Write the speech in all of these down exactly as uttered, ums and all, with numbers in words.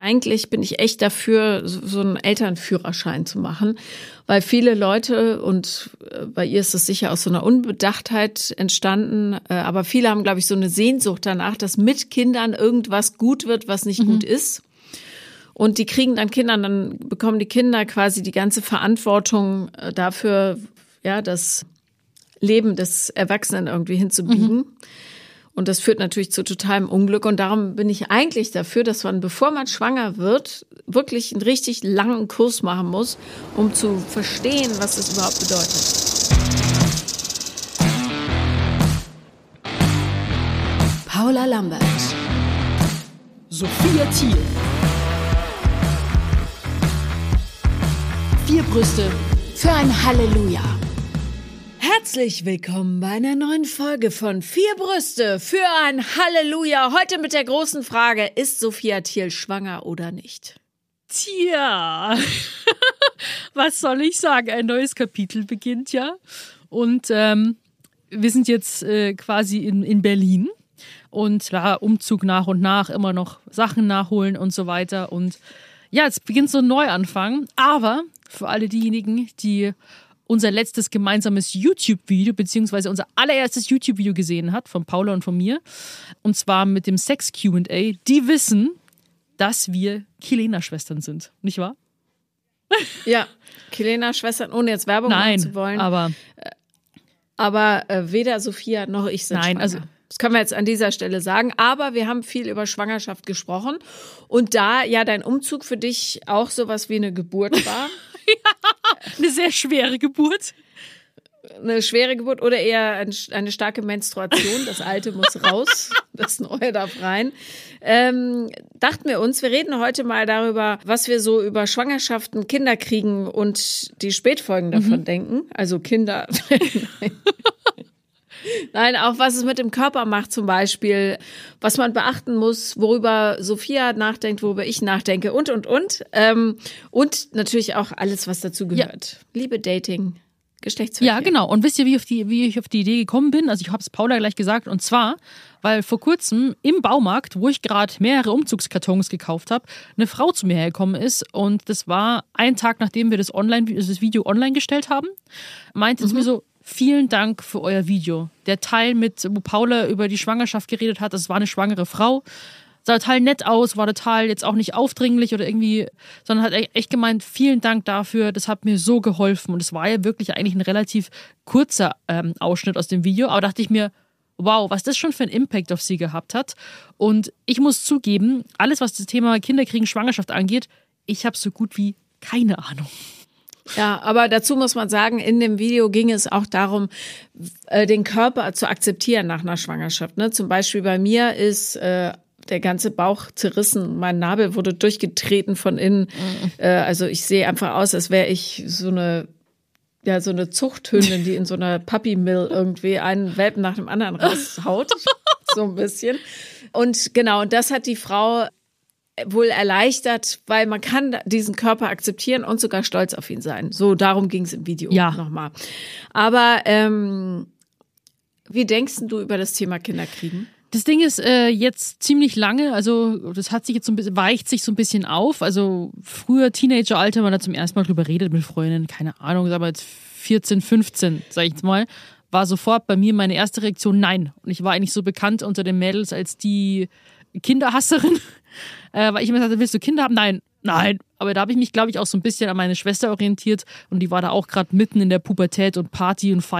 Eigentlich bin ich echt dafür, so, so einen Elternführerschein zu machen, weil viele Leute, und bei ihr ist es sicher aus so einer Unbedachtheit entstanden, aber viele haben, glaube ich, so eine Sehnsucht danach, dass mit Kindern irgendwas gut wird, was nicht mhm. gut ist. Und die kriegen dann Kinder, dann bekommen die Kinder quasi die ganze Verantwortung dafür, ja, das Leben des Erwachsenen irgendwie hinzubiegen. Mhm. Und das führt natürlich zu totalem Unglück. Und darum bin ich eigentlich dafür, dass man, bevor man schwanger wird, wirklich einen richtig langen Kurs machen muss, um zu verstehen, was das überhaupt bedeutet. Paula Lambert. Sophia Thiel. Vier Brüste für ein Halleluja. Herzlich willkommen bei einer neuen Folge von Vier Brüste für ein Halleluja. Heute mit der großen Frage, ist Sophia Thiel schwanger oder nicht? Tja, was soll ich sagen? Ein neues Kapitel beginnt ja. Und ähm, wir sind jetzt äh, quasi in, in Berlin. Und klar, Umzug nach und nach, immer noch Sachen nachholen und so weiter. Und ja, jetzt beginnt so ein Neuanfang. Aber für alle diejenigen, die unser letztes gemeinsames YouTube-Video, beziehungsweise unser allererstes YouTube-Video gesehen hat, von Paula und von mir, und zwar mit dem Sex-Q und A, die wissen, dass wir Kilena-Schwestern sind, nicht wahr? Ja, Kilena-Schwestern, ohne jetzt Werbung Nein, machen zu wollen. aber Aber äh, weder Sophia noch ich sind Nein, schwanger. also Das können wir jetzt an dieser Stelle sagen. Aber wir haben viel über Schwangerschaft gesprochen. Und da ja dein Umzug für dich auch sowas wie eine Geburt war. ja, eine sehr schwere Geburt. Eine schwere Geburt oder eher ein, eine starke Menstruation. Das Alte muss raus, das Neue darf rein. Ähm, dachten wir uns, wir reden heute mal darüber, was wir so über Schwangerschaften, Kinderkriegen und die Spätfolgen davon mhm. denken. Also Kinder. Nein. Nein, auch was es mit dem Körper macht zum Beispiel, was man beachten muss, worüber Sophia nachdenkt, worüber ich nachdenke und, und, und. Ähm, und natürlich auch alles, was dazu gehört. Ja. Liebe, Dating, Geschlechtsverkehr. Ja, genau. Und wisst ihr, wie, auf die, wie ich auf die Idee gekommen bin? Also ich habe es Paula gleich gesagt. Und zwar, weil vor kurzem im Baumarkt, wo ich gerade mehrere Umzugskartons gekauft habe, eine Frau zu mir hergekommen ist. Und das war ein Tag, nachdem wir das, online, das Video online gestellt haben, meinte mhm. es mir so, vielen Dank für euer Video. Der Teil, mit, wo Paula über die Schwangerschaft geredet hat, das war eine schwangere Frau. Sah total nett aus, war total jetzt auch nicht aufdringlich oder irgendwie, sondern hat echt gemeint, vielen Dank dafür, das hat mir so geholfen. Und es war ja wirklich eigentlich ein relativ kurzer ähm, Ausschnitt aus dem Video. Aber dachte ich mir, wow, was das schon für einen Impact auf sie gehabt hat. Und ich muss zugeben, alles, was das Thema Kinderkriegen, Schwangerschaft angeht, ich habe so gut wie keine Ahnung. Ja, aber dazu muss man sagen, in dem Video ging es auch darum, den Körper zu akzeptieren nach einer Schwangerschaft. Ne? Zum Beispiel bei mir ist äh, der ganze Bauch zerrissen, mein Nabel wurde durchgetreten von innen. Mhm. Äh, also ich sehe einfach aus, als wäre ich so eine ja so eine Zuchthündin, die in so einer Puppy Mill irgendwie einen Welpen nach dem anderen raushaut, so ein bisschen. Und genau, und das hat die Frau wohl erleichtert, weil man kann diesen Körper akzeptieren und sogar stolz auf ihn sein. So, darum ging es im Video ja. nochmal. Aber ähm, wie denkst du über das Thema Kinderkriegen? Das Ding ist äh, jetzt ziemlich lange, also das hat sich jetzt so ein bisschen, weicht sich so ein bisschen auf. Also früher Teenageralter, man hat zum ersten Mal drüber redet mit Freundinnen, keine Ahnung, aber jetzt vierzehn, fünfzehn, sag ich jetzt mal, war sofort bei mir meine erste Reaktion nein. Und ich war eigentlich so bekannt unter den Mädels als die Kinderhasserin. Äh, weil ich immer sagte, willst du Kinder haben? Nein, nein. Aber da habe ich mich, glaube ich, auch so ein bisschen an meine Schwester orientiert und die war da auch gerade mitten in der Pubertät und Party- und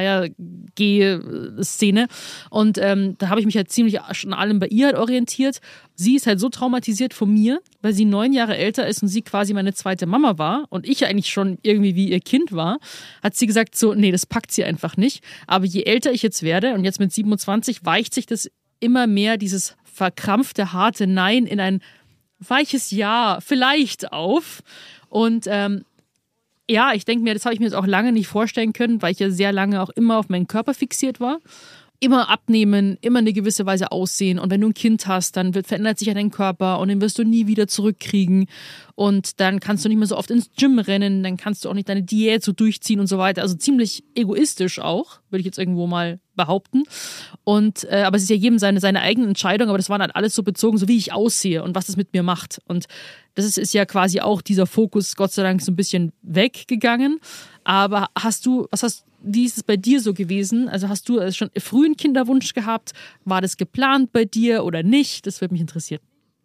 Feier-Szene. Und ähm, da habe ich mich halt ziemlich an allem bei ihr halt orientiert. Sie ist halt so traumatisiert von mir, weil sie neun Jahre älter ist und sie quasi meine zweite Mama war und ich eigentlich schon irgendwie wie ihr Kind war, hat sie gesagt so, nee, das packt sie einfach nicht. Aber je älter ich jetzt werde und jetzt mit siebenundzwanzig weicht sich das immer mehr, dieses verkrampfte, harte Nein in ein weiches Ja vielleicht auf. Und ähm, ja, ich denke mir, das habe ich mir jetzt auch lange nicht vorstellen können, weil ich ja sehr lange auch immer auf meinen Körper fixiert war. immer abnehmen, immer eine gewisse Weise aussehen. Und wenn du ein Kind hast, dann wird, verändert sich ja dein Körper und den wirst du nie wieder zurückkriegen. Und dann kannst du nicht mehr so oft ins Gym rennen, dann kannst du auch nicht deine Diät so durchziehen und so weiter. Also ziemlich egoistisch auch, würde ich jetzt irgendwo mal behaupten. Und äh, aber es ist ja jedem seine, seine eigene Entscheidung, aber das war dann alles so bezogen, so wie ich aussehe und was das mit mir macht. Und das ist, ist ja quasi auch dieser Fokus, Gott sei Dank, so ein bisschen weggegangen. Aber hast du, was hast wie ist es bei dir so gewesen? Also hast du schon früh einen Kinderwunsch gehabt? War das geplant bei dir oder nicht? Das würde mich interessieren.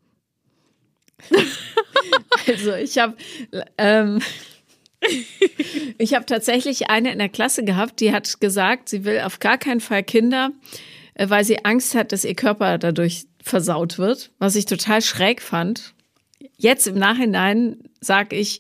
Also ich habe ähm, ich habe tatsächlich eine in der Klasse gehabt, die hat gesagt, sie will auf gar keinen Fall Kinder, weil sie Angst hat, dass ihr Körper dadurch versaut wird, was ich total schräg fand. Jetzt im Nachhinein sage ich,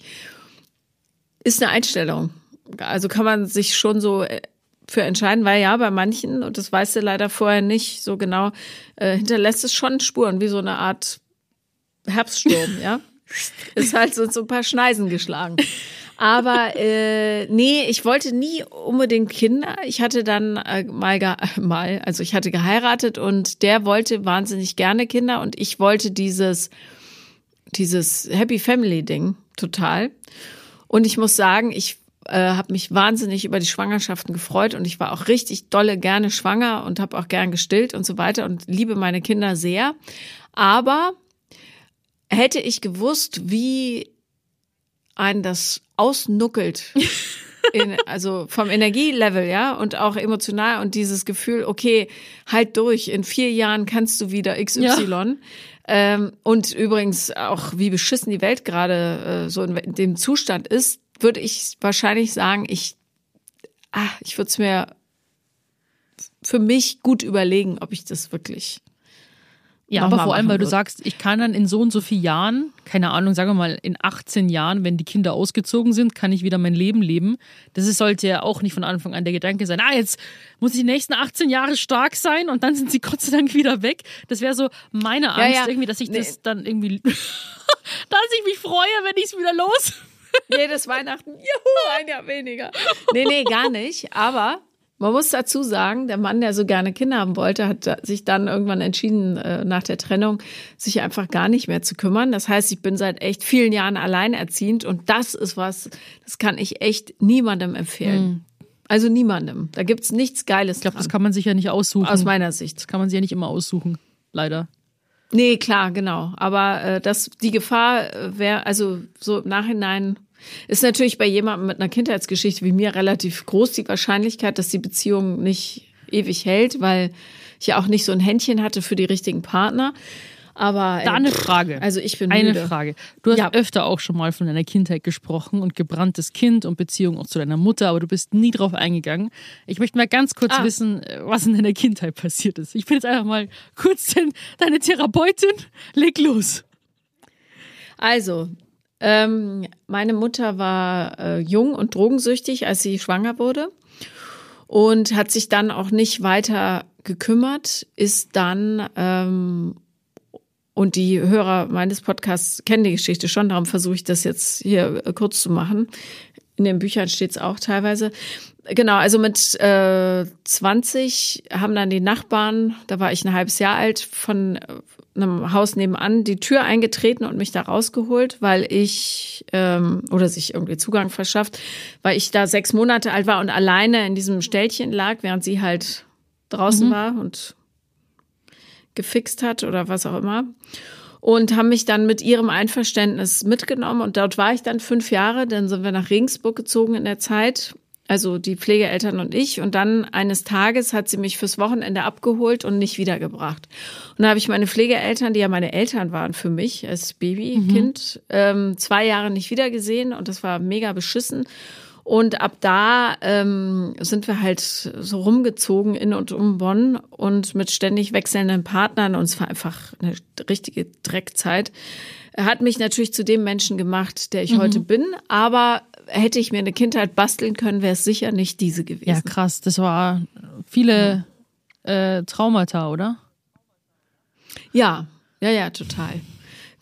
ist eine Einstellung. Also kann man sich schon so für entscheiden, weil ja, bei manchen, und das weißt du leider vorher nicht so genau, äh, hinterlässt es schon Spuren, wie so eine Art Herbststurm, ja. Ist halt so, so ein paar Schneisen geschlagen. Aber äh, nee, ich wollte nie unbedingt Kinder. Ich hatte dann äh, mal, ge- mal, also ich hatte geheiratet und der wollte wahnsinnig gerne Kinder und ich wollte dieses, dieses Happy Family Ding total. Und ich muss sagen, ich äh, habe mich wahnsinnig über die Schwangerschaften gefreut und ich war auch richtig dolle gerne schwanger und habe auch gern gestillt und so weiter und liebe meine Kinder sehr. Aber hätte ich gewusst, wie einen das ausnuckelt, in, also vom Energielevel, ja, und auch emotional und dieses Gefühl, okay, halt durch, in vier Jahren kannst du wieder X Y. Ja. Ähm, und übrigens auch, wie beschissen die Welt gerade äh, so in, in dem Zustand ist, würde ich wahrscheinlich sagen, ich, ah, ich würde es mir für mich gut überlegen, ob ich das wirklich Ja, aber vor allem, weil du sagst, ich kann dann in so und so vielen Jahren, keine Ahnung, sagen wir mal in achtzehn Jahren, wenn die Kinder ausgezogen sind, kann ich wieder mein Leben leben. Das ist, sollte ja auch nicht von Anfang an der Gedanke sein, ah, jetzt muss ich die nächsten achtzehn Jahre stark sein und dann sind sie Gott sei Dank wieder weg. Das wäre so meine Angst, ja, ja. irgendwie, dass ich nee. das dann irgendwie, dass ich mich freue, wenn ich es wieder los. Jedes Weihnachten, juhu, ein Jahr weniger. Nee, nee, gar nicht, aber man muss dazu sagen, der Mann, der so gerne Kinder haben wollte, hat sich dann irgendwann entschieden, nach der Trennung, sich einfach gar nicht mehr zu kümmern. Das heißt, ich bin seit echt vielen Jahren alleinerziehend und das ist was, das kann ich echt niemandem empfehlen. Mhm. Also niemandem. Da gibt's nichts Geiles. Ich glaube, das kann man sich ja nicht aussuchen. Aus meiner Sicht. Das kann man sich ja nicht immer aussuchen, leider. Nee, klar, genau. Aber äh, das, die Gefahr wäre, also so im Nachhinein ist natürlich bei jemandem mit einer Kindheitsgeschichte wie mir relativ groß die Wahrscheinlichkeit, dass die Beziehung nicht ewig hält, weil ich ja auch nicht so ein Händchen hatte für die richtigen Partner. Aber da eine Frage. Also ich bin eine müde. Frage. Du hast ja. öfter auch schon mal von deiner Kindheit gesprochen und gebranntes Kind und Beziehung auch zu deiner Mutter, aber du bist nie drauf eingegangen. Ich möchte mal ganz kurz ah. wissen, was in deiner Kindheit passiert ist. Ich bin jetzt einfach mal kurz deine Therapeutin. Leg los. Also, ähm, meine Mutter war äh, jung und drogensüchtig, als sie schwanger wurde und hat sich dann auch nicht weiter gekümmert, ist dann ähm, und die Hörer meines Podcasts kennen die Geschichte schon, darum versuche ich das jetzt hier kurz zu machen. In den Büchern steht es auch teilweise. Genau, also mit äh, zwanzig haben dann die Nachbarn, da war ich ein halbes Jahr alt, von einem Haus nebenan die Tür eingetreten und mich da rausgeholt, weil ich, ähm, oder sich irgendwie Zugang verschafft, weil ich da sechs Monate alt war und alleine in diesem Ställchen lag, während sie halt draußen mhm. war und gefixt hat oder was auch immer. Und haben mich dann mit ihrem Einverständnis mitgenommen. Und dort war ich dann fünf Jahre. Dann sind wir nach Regensburg gezogen in der Zeit. Also die Pflegeeltern und ich. Und dann eines Tages hat sie mich fürs Wochenende abgeholt und nicht wiedergebracht. Und da habe ich meine Pflegeeltern, die ja meine Eltern waren für mich als Baby, mhm. Kind, ähm, zwei Jahre nicht wiedergesehen. Und das war mega beschissen. Und ab da ähm, sind wir halt so rumgezogen in und um Bonn und mit ständig wechselnden Partnern. Und es war einfach eine richtige Dreckzeit. Hat mich natürlich zu dem Menschen gemacht, der ich mhm. heute bin. Aber hätte ich mir eine Kindheit basteln können, wäre es sicher nicht diese gewesen. Ja, krass. Das war viele äh, Traumata, oder? Ja, ja, ja, total.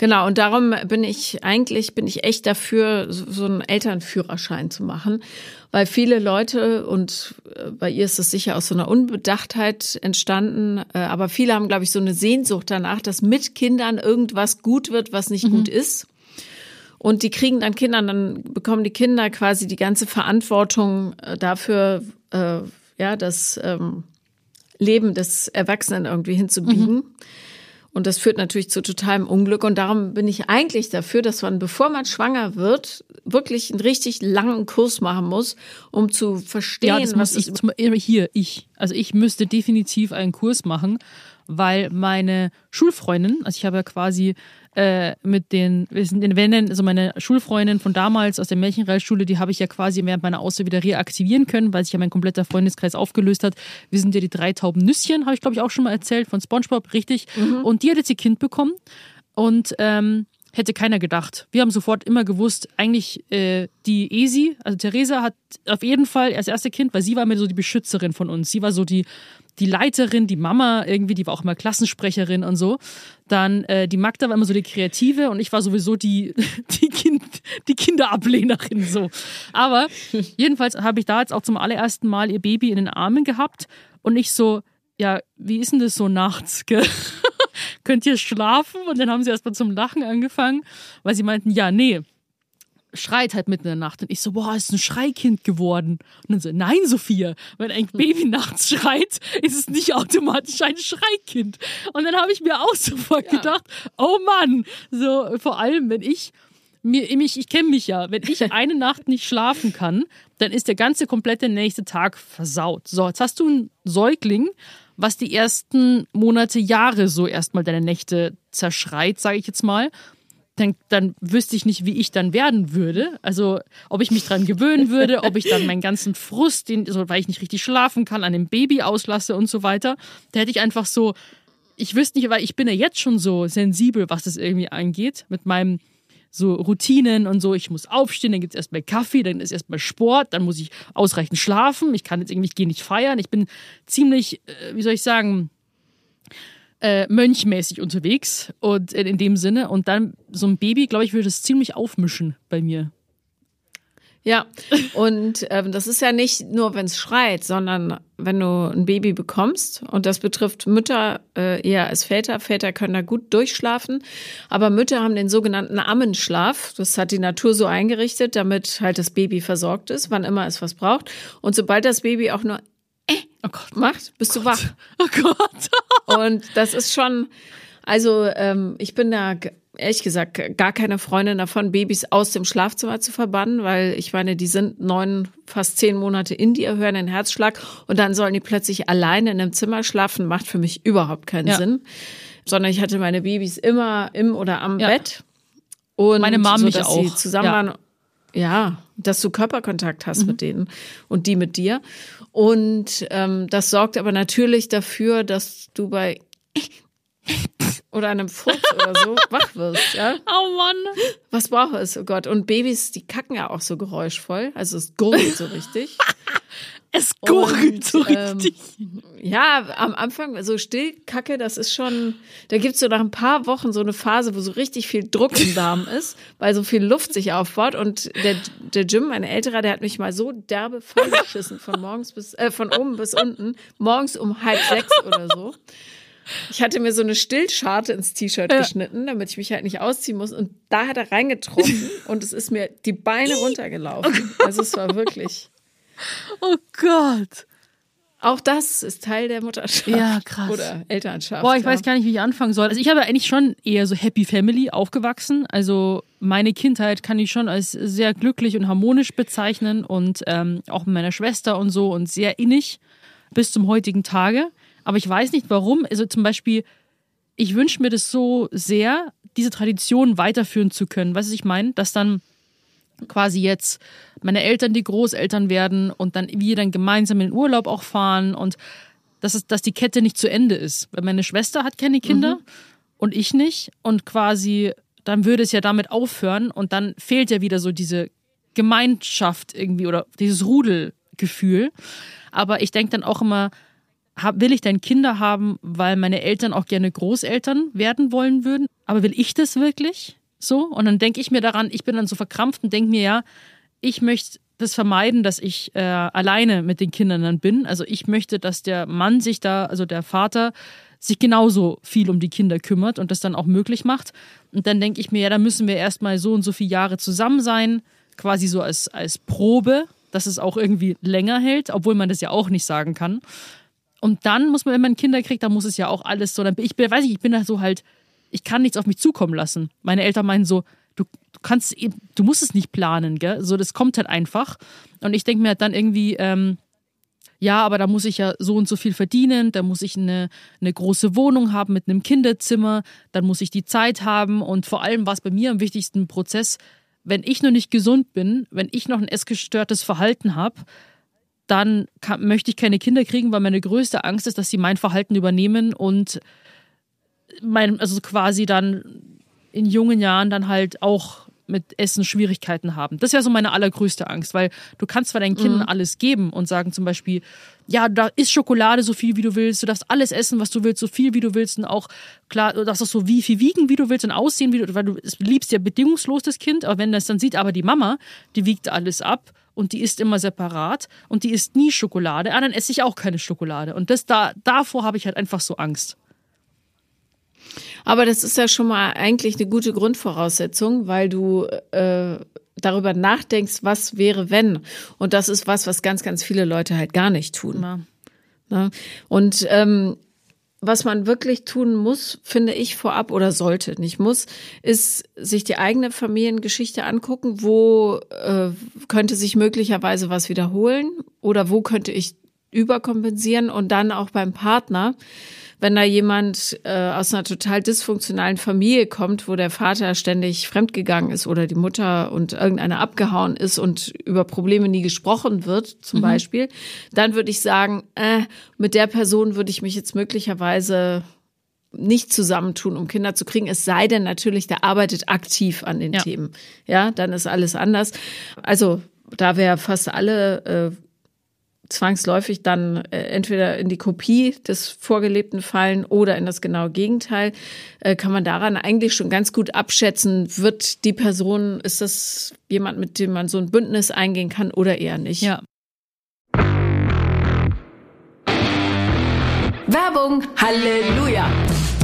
Genau, und darum bin ich eigentlich, bin ich echt dafür, so einen Elternführerschein zu machen, weil viele Leute, und bei ihr ist es sicher aus so einer Unbedachtheit entstanden, aber viele haben, glaube ich, so eine Sehnsucht danach, dass mit Kindern irgendwas gut wird, was nicht mhm. gut ist. Und die kriegen dann Kinder, dann bekommen die Kinder quasi die ganze Verantwortung dafür, äh, ja, das ähm, Leben des Erwachsenen irgendwie hinzubiegen. Mhm. Und das führt natürlich zu totalem Unglück. Und darum bin ich eigentlich dafür, dass man, bevor man schwanger wird, wirklich einen richtig langen Kurs machen muss, um zu verstehen, ja, das was muss ich. Zum, hier, ich. Also ich müsste definitiv einen Kurs machen, weil meine Schulfreundin, also ich habe ja quasi äh, mit den, wir sind in Wennen, also meine Schulfreundin von damals aus der Märchenreitschule, die habe ich ja quasi während meiner Auszeit wieder reaktivieren können, weil sich ja mein kompletter Freundeskreis aufgelöst hat. Wir sind ja die drei tauben Nüsschen, habe ich glaube ich auch schon mal erzählt, von SpongeBob, richtig. Mhm. Und die hat jetzt ihr Kind bekommen und ähm, hätte keiner gedacht. Wir haben sofort immer gewusst, eigentlich äh, die Esi, also Theresa hat auf jeden Fall als erste Kind, weil sie war mir so die Beschützerin von uns. Sie war so die die Leiterin, die Mama irgendwie, die war auch immer Klassensprecherin und so. Dann äh, die Magda war immer so die Kreative und ich war sowieso die die, kind, die Kinderablehnerin so. Aber jedenfalls habe ich da jetzt auch zum allerersten Mal ihr Baby in den Armen gehabt und ich so, ja, wie ist denn das so nachts, gell? Könnt ihr schlafen? Und dann haben sie erstmal zum Lachen angefangen, weil sie meinten, ja, nee, schreit halt mitten in der Nacht. Und ich so, boah, ist ein Schreikind geworden. Und dann so, nein, Sophia, wenn ein Baby nachts schreit, ist es nicht automatisch ein Schreikind. Und dann habe ich mir auch sofort ja. gedacht, oh Mann, so vor allem, wenn ich mir, ich, ich kenne mich ja, wenn ich eine Nacht nicht schlafen kann, dann ist der ganze komplette nächste Tag versaut. So, jetzt hast du einen Säugling, was die ersten Monate, Jahre so erstmal deine Nächte zerschreit, sage ich jetzt mal. Dann, dann wüsste ich nicht, wie ich dann werden würde. Also, ob ich mich dran gewöhnen würde, ob ich dann meinen ganzen Frust, den, so, weil ich nicht richtig schlafen kann, an dem Baby auslasse und so weiter. Da hätte ich einfach so, ich wüsste nicht, weil ich bin ja jetzt schon so sensibel, was das irgendwie angeht, mit meinem so Routinen und so. Ich muss aufstehen, dann gibt es erstmal Kaffee, dann ist erstmal Sport, dann muss ich ausreichend schlafen. Ich kann jetzt irgendwie, ich gehe nicht feiern. Ich bin ziemlich, äh, wie soll ich sagen, Äh, mönchmäßig unterwegs und in, in dem Sinne. Und dann so ein Baby, glaube ich, würde es ziemlich aufmischen bei mir. Ja, und ähm, das ist ja nicht nur, wenn es schreit, sondern wenn du ein Baby bekommst. Und das betrifft Mütter äh, eher als Väter. Väter können da gut durchschlafen. Aber Mütter haben den sogenannten Ammenschlaf. Das hat die Natur so eingerichtet, damit halt das Baby versorgt ist, wann immer es was braucht. Und sobald das Baby auch nur Oh Gott. macht, bist oh du Gott. wach. Oh Gott. Und das ist schon, also ähm, ich bin da ehrlich gesagt gar keine Freundin davon, Babys aus dem Schlafzimmer zu verbannen, weil ich meine, die sind neun, fast zehn Monate in dir, hören den Herzschlag und dann sollen die plötzlich alleine in einem Zimmer schlafen, macht für mich überhaupt keinen ja. Sinn. Sondern ich hatte meine Babys immer im oder am ja. Bett. Und meine Mom so, mich dass auch. sie zusammen ja. waren. Ja, dass du Körperkontakt hast mhm. mit denen und die mit dir. Und ähm, das sorgt aber natürlich dafür, dass du bei oder einem Furz oder so wach wirst. Ja? Oh Mann. Was braucht es? Oh Gott. Und Babys, die kacken ja auch so geräuschvoll. Also es gurgelt so richtig. Es gurgelt so richtig. Ähm, ja, am Anfang so Stillkacke, das ist schon, da gibt's so nach ein paar Wochen so eine Phase, wo so richtig viel Druck im Darm ist, weil so viel Luft sich aufbaut. Und der, der Jim, mein Älterer, der hat mich mal so derbe vollgeschissen von morgens bis, äh, von oben bis unten, morgens um halb sechs oder so. Ich hatte mir so eine Stillscharte ins T-Shirt ja. geschnitten, damit ich mich halt nicht ausziehen muss. Und da hat er reingetroffen und es ist mir die Beine runtergelaufen. Also es war wirklich... Oh Gott. Auch das ist Teil der Mutterschaft. Ja, krass. Oder Elternschaft. Boah, ich ja. weiß gar nicht, wie ich anfangen soll. Also ich habe eigentlich schon eher so Happy Family aufgewachsen. Also meine Kindheit kann ich schon als sehr glücklich und harmonisch bezeichnen und ähm, auch mit meiner Schwester und so und sehr innig bis zum heutigen Tage. Aber ich weiß nicht, warum. Also zum Beispiel, ich wünsche mir das so sehr, diese Tradition weiterführen zu können. Weißt du, was ich meine? Dass dann quasi jetzt meine Eltern die Großeltern werden und dann wir dann gemeinsam in den Urlaub auch fahren und dass, es, dass die Kette nicht zu Ende ist. Weil meine Schwester hat keine Kinder mhm. und ich nicht und quasi dann würde es ja damit aufhören und dann fehlt ja wieder so diese Gemeinschaft irgendwie oder dieses Rudelgefühl. Aber ich denke dann auch immer, hab, will ich denn Kinder haben, weil meine Eltern auch gerne Großeltern werden wollen würden? Aber will ich das wirklich so? Und dann denke ich mir daran, ich bin dann so verkrampft und denke mir, ja, ich möchte das vermeiden, dass ich äh, alleine mit den Kindern dann bin. Also ich möchte, dass der Mann sich da, also der Vater, sich genauso viel um die Kinder kümmert und das dann auch möglich macht. Und dann denke ich mir, ja, da müssen wir erstmal so und so viele Jahre zusammen sein, quasi so als, als Probe, dass es auch irgendwie länger hält, obwohl man das ja auch nicht sagen kann. Und dann muss man, wenn man Kinder kriegt, dann muss es ja auch alles so, dann bin ich, weiß nicht, ich bin da so halt, ich kann nichts auf mich zukommen lassen. Meine Eltern meinen so, du, du kannst, du musst es nicht planen, gell? So, das kommt halt einfach. Und ich denke mir halt dann irgendwie, ähm, ja, aber da muss ich ja so und so viel verdienen, da muss ich eine, eine große Wohnung haben mit einem Kinderzimmer, dann muss ich die Zeit haben und vor allem war es bei mir am wichtigsten Prozess, wenn ich noch nicht gesund bin, wenn ich noch ein essgestörtes Verhalten habe, dann kann, möchte ich keine Kinder kriegen, weil meine größte Angst ist, dass sie mein Verhalten übernehmen und mein, also quasi dann in jungen Jahren dann halt auch mit Essen Schwierigkeiten haben. Das wäre so meine allergrößte Angst, weil du kannst zwar deinen Kindern mhm. alles geben und sagen zum Beispiel, ja, da ist Schokolade so viel, wie du willst, du darfst alles essen, was du willst, so viel, wie du willst und auch, klar, du darfst auch so wie viel wiegen, wie du willst und aussehen, wie du, weil du liebst ja bedingungslos das Kind, aber wenn das dann sieht, aber die Mama, die wiegt alles ab und die isst immer separat und die isst nie Schokolade, ah, dann esse ich auch keine Schokolade und das da, davor habe ich halt einfach so Angst. Aber das ist ja schon mal eigentlich eine gute Grundvoraussetzung, weil du äh, darüber nachdenkst, was wäre, wenn. Und das ist was, was ganz, ganz viele Leute halt gar nicht tun. Ja. Ne? Und ähm, was man wirklich tun muss, finde ich vorab oder sollte, nicht muss, ist sich die eigene Familiengeschichte angucken, wo äh, könnte sich möglicherweise was wiederholen oder wo könnte ich überkompensieren und dann auch beim Partner. Wenn da jemand äh, aus einer total dysfunktionalen Familie kommt, wo der Vater ständig fremdgegangen ist oder die Mutter und irgendeiner abgehauen ist und über Probleme nie gesprochen wird, zum mhm. Beispiel, dann würde ich sagen, äh, mit der Person würde ich mich jetzt möglicherweise nicht zusammentun, um Kinder zu kriegen, es sei denn natürlich, der arbeitet aktiv an den ja. Themen. Ja, dann ist alles anders. Also da wir fast alle äh, zwangsläufig dann äh, entweder in die Kopie des Vorgelebten fallen oder in das genaue Gegenteil, äh, kann man daran eigentlich schon ganz gut abschätzen, wird die Person, ist das jemand, mit dem man so ein Bündnis eingehen kann oder eher nicht. Ja. Werbung, Halleluja!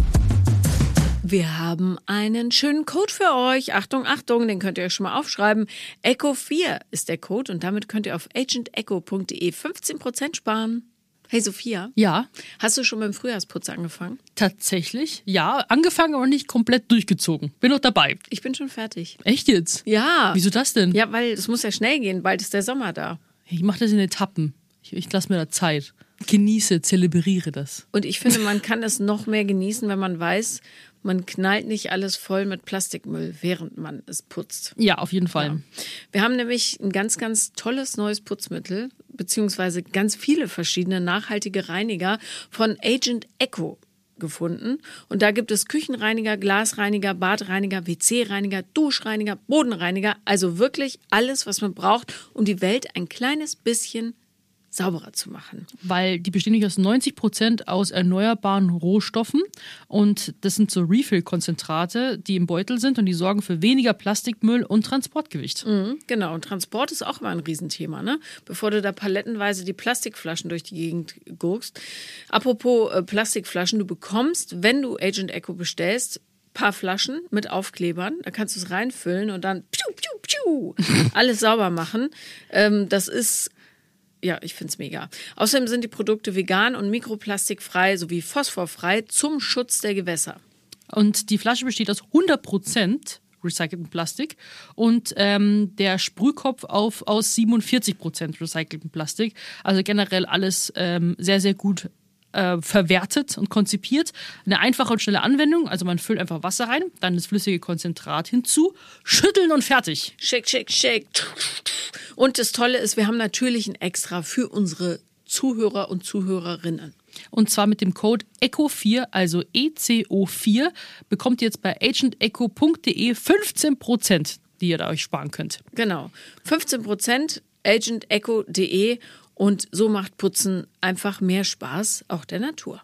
Wir haben einen schönen Code für euch. Achtung, Achtung, den könnt ihr euch schon mal aufschreiben. Echo vier ist der Code und damit könnt ihr auf agent echo punkt de fünfzehn Prozent sparen. Hey Sophia. Ja. Hast du schon mit dem Frühjahrsputz angefangen? Tatsächlich, ja. Angefangen, aber nicht komplett durchgezogen. Bin noch dabei. Ich bin schon fertig. Echt jetzt? Ja. Wieso das denn? Ja, weil es muss ja schnell gehen. Bald ist der Sommer da. Ich mache das in Etappen. Ich, ich lasse mir da Zeit. Genieße, zelebriere das. Und ich finde, man kann es noch mehr genießen, wenn man weiß, man knallt nicht alles voll mit Plastikmüll, während man es putzt. Ja, auf jeden Fall. Ja. Wir haben nämlich ein ganz, ganz tolles neues Putzmittel, beziehungsweise ganz viele verschiedene nachhaltige Reiniger von Agent Echo gefunden. Und da gibt es Küchenreiniger, Glasreiniger, Badreiniger, W C-Reiniger, Duschreiniger, Bodenreiniger. Also wirklich alles, was man braucht, um die Welt ein kleines bisschen sauberer zu machen. Weil die bestehen nicht aus neunzig Prozent aus erneuerbaren Rohstoffen und das sind so Refill-Konzentrate, die im Beutel sind und die sorgen für weniger Plastikmüll und Transportgewicht. Mhm, genau, und Transport ist auch immer ein Riesenthema, ne? Bevor du da palettenweise die Plastikflaschen durch die Gegend gurkst. Apropos äh, Plastikflaschen, du bekommst, wenn du Agent Echo bestellst, paar Flaschen mit Aufklebern, da kannst du es reinfüllen und dann piu, piu, piu, alles sauber machen. Ähm, das ist Ja, ich find's mega. Außerdem sind die Produkte vegan und mikroplastikfrei sowie phosphorfrei zum Schutz der Gewässer. Und die Flasche besteht aus hundert Prozent recyceltem Plastik und ähm, der Sprühkopf auf, aus siebenundvierzig Prozent recyceltem Plastik. Also generell alles ähm, sehr, sehr gut äh, verwertet und konzipiert. Eine einfache und schnelle Anwendung, also man füllt einfach Wasser rein, dann das flüssige Konzentrat hinzu, schütteln und fertig. Shake, shake, shake. Und das Tolle ist, wir haben natürlich ein Extra für unsere Zuhörer und Zuhörerinnen. Und zwar mit dem Code E C H O vier, also E C O vier, bekommt ihr jetzt bei agent echo punkt de fünfzehn Prozent, die ihr da euch sparen könnt. Genau, fünfzehn Prozent agent echo punkt de Und so macht Putzen einfach mehr Spaß, auch der Natur.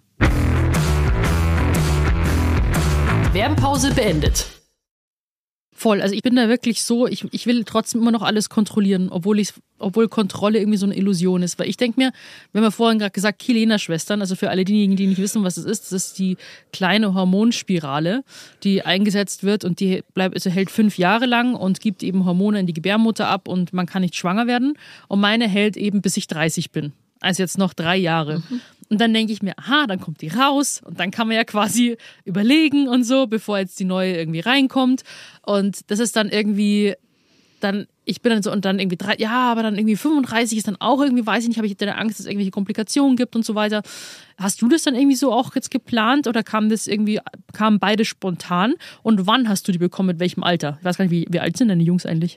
Werbepause beendet. Voll, also ich bin da wirklich so, ich, ich will trotzdem immer noch alles kontrollieren, obwohl ich, obwohl Kontrolle irgendwie so eine Illusion ist. Weil ich denke mir, wir haben ja vorhin gerade gesagt, Kilena-Schwestern, also für alle diejenigen, die nicht wissen, was es ist, das ist die kleine Hormonspirale, die eingesetzt wird und die bleibt, also hält fünf Jahre lang und gibt eben Hormone in die Gebärmutter ab und man kann nicht schwanger werden. Und meine hält eben, bis ich dreißig bin. Also jetzt noch drei Jahre. Mhm. Und dann denke ich mir, aha, dann kommt die raus und dann kann man ja quasi überlegen und so, bevor jetzt die neue irgendwie reinkommt. Und das ist dann irgendwie, dann, ich bin dann so und dann irgendwie drei, ja, aber dann irgendwie fünfunddreißig ist dann auch irgendwie, weiß ich nicht, habe ich da Angst, dass es irgendwelche Komplikationen gibt und so weiter. Hast du das dann irgendwie so auch jetzt geplant oder kam das irgendwie, kamen beide spontan? Und wann hast du die bekommen, mit welchem Alter? Ich weiß gar nicht, wie, wie alt sind deine Jungs eigentlich?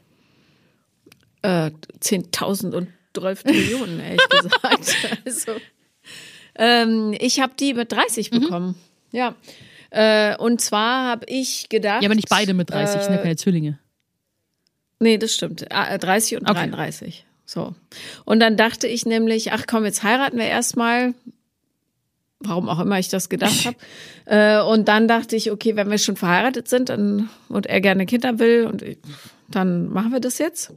Äh, zehntausend und zwölf Millionen, ehrlich gesagt. Also, ähm, ich habe die mit dreißig mhm. bekommen. Ja. Äh, und zwar habe ich gedacht. Ja, aber nicht beide mit dreißig, äh, sind ja keine Zwillinge. Nee, das stimmt. dreißig und okay. dreiunddreißig. So. Und dann dachte ich nämlich, ach komm, jetzt heiraten wir erstmal. Warum auch immer ich das gedacht habe. äh, und dann dachte ich, okay, wenn wir schon verheiratet sind dann, und er gerne Kinder will, und dann machen wir das jetzt.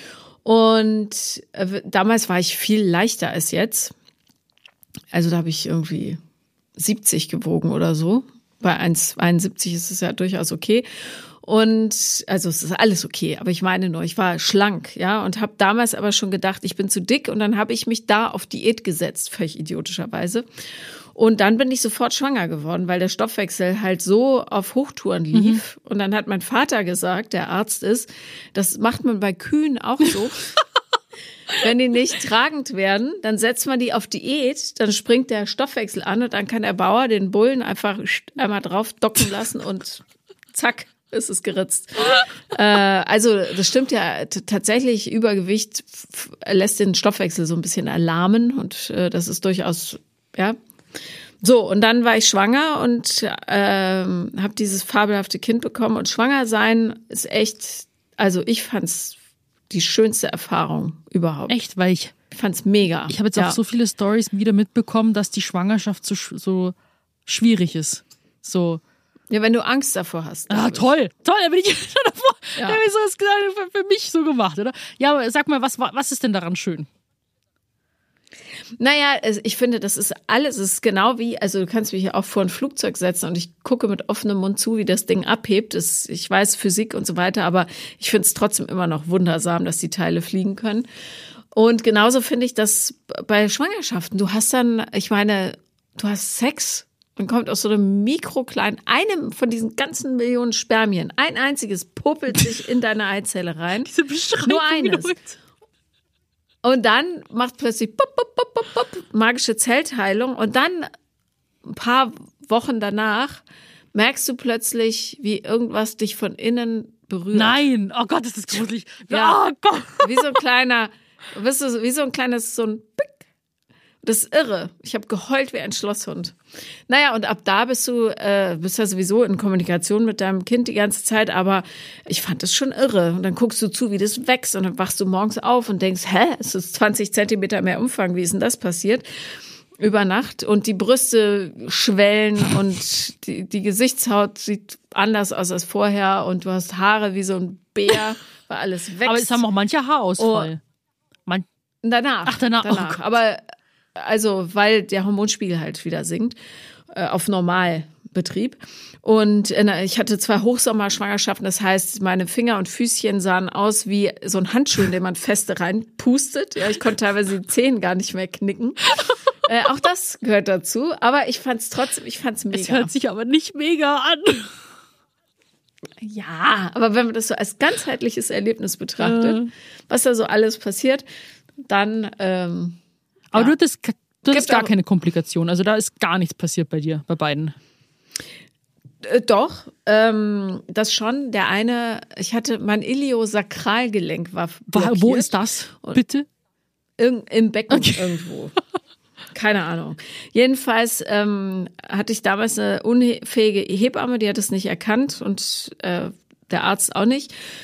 Und äh, damals war ich viel leichter als jetzt. Also da habe ich irgendwie siebzig gewogen oder so. Bei eins Komma einundsiebzig ist es ja durchaus okay. Und also es ist alles okay, aber ich meine nur, ich war schlank, ja, und habe damals aber schon gedacht, ich bin zu dick, und dann habe ich mich da auf Diät gesetzt, völlig idiotischerweise. Und dann bin ich sofort schwanger geworden, weil der Stoffwechsel halt so auf Hochtouren lief. Mhm. Und dann hat mein Vater gesagt, der Arzt ist, das macht man bei Kühen auch so. Wenn die nicht tragend werden, dann setzt man die auf Diät, dann springt der Stoffwechsel an und dann kann der Bauer den Bullen einfach einmal drauf docken lassen und zack, ist es geritzt. äh, also das stimmt ja t- tatsächlich, Übergewicht f- lässt den Stoffwechsel so ein bisschen erlahmen und äh, das ist durchaus, ja. So, und dann war ich schwanger und ähm, habe dieses fabelhafte Kind bekommen, und schwanger sein ist echt, also ich fand's die schönste Erfahrung überhaupt. Echt, weil ich, ich fand's mega. Ich habe jetzt ja. auch so viele Storys wieder mitbekommen, dass die Schwangerschaft so, so schwierig ist. So. Ja, wenn du Angst davor hast. Ah, toll, toll, da bin ich schon davor. Ja. Da habe ich sowas gesagt, für mich so gemacht, oder? Ja, aber sag mal, was, was ist denn daran schön? Naja, ich finde, das ist alles, es ist genau wie, also du kannst mich ja auch vor ein Flugzeug setzen und ich gucke mit offenem Mund zu, wie das Ding abhebt. Das, ich weiß Physik und so weiter, aber ich finde es trotzdem immer noch wundersam, dass die Teile fliegen können. Und genauso finde ich das bei Schwangerschaften. Du hast dann, ich meine, du hast Sex, dann kommt aus so einem mikrokleinen, einem von diesen ganzen Millionen Spermien, ein einziges popelt sich in deine Eizelle rein. Diese Beschreibung. Nur eines. Und dann macht plötzlich pop, pop, pop, pop, pop, magische Zellteilung. Und dann ein paar Wochen danach merkst du plötzlich, wie irgendwas dich von innen berührt. Nein, oh Gott, das ist gruselig. Ja, oh Gott. Wie so ein kleiner, weißt du, wie so ein kleines, so ein Pick. Das ist irre. Ich habe geheult wie ein Schlosshund. Naja, und ab da bist du, äh, bist ja sowieso in Kommunikation mit deinem Kind die ganze Zeit, aber ich fand das schon irre. Und dann guckst du zu, wie das wächst, und dann wachst du morgens auf und denkst, hä, es ist zwanzig Zentimeter mehr Umfang, wie ist denn das passiert? Über Nacht, und die Brüste schwellen und die, die Gesichtshaut sieht anders aus als vorher, und du hast Haare wie so ein Bär, weil alles wächst. Aber es haben auch manche Haarausfall. Oh, Man- danach. Ach, danach. danach. Oh aber also, weil der Hormonspiegel halt wieder sinkt, äh, auf Normalbetrieb. Und äh, ich hatte zwei Hochsommerschwangerschaften, das heißt, meine Finger und Füßchen sahen aus wie so ein Handschuh, in den man feste reinpustet. Ja, ich konnte teilweise die Zehen gar nicht mehr knicken. Äh, auch das gehört dazu, aber ich fand's trotzdem, ich fand's mega. Es hört sich aber nicht mega an. Ja, aber wenn man das so als ganzheitliches Erlebnis betrachtet, äh. was da so alles passiert, dann ähm, Aber ja. du hattest, du hattest gar auch, keine Komplikation. Also da ist gar nichts passiert bei dir, bei beiden. Äh, doch, ähm, das schon. Der eine, ich hatte, mein Iliosakralgelenk war blockiert. Wo ist das, bitte? Ir- Im Becken okay. irgendwo. Keine Ahnung. Jedenfalls ähm, hatte ich damals eine unfähige Hebamme, die hat es nicht erkannt, und äh, der Arzt auch nicht.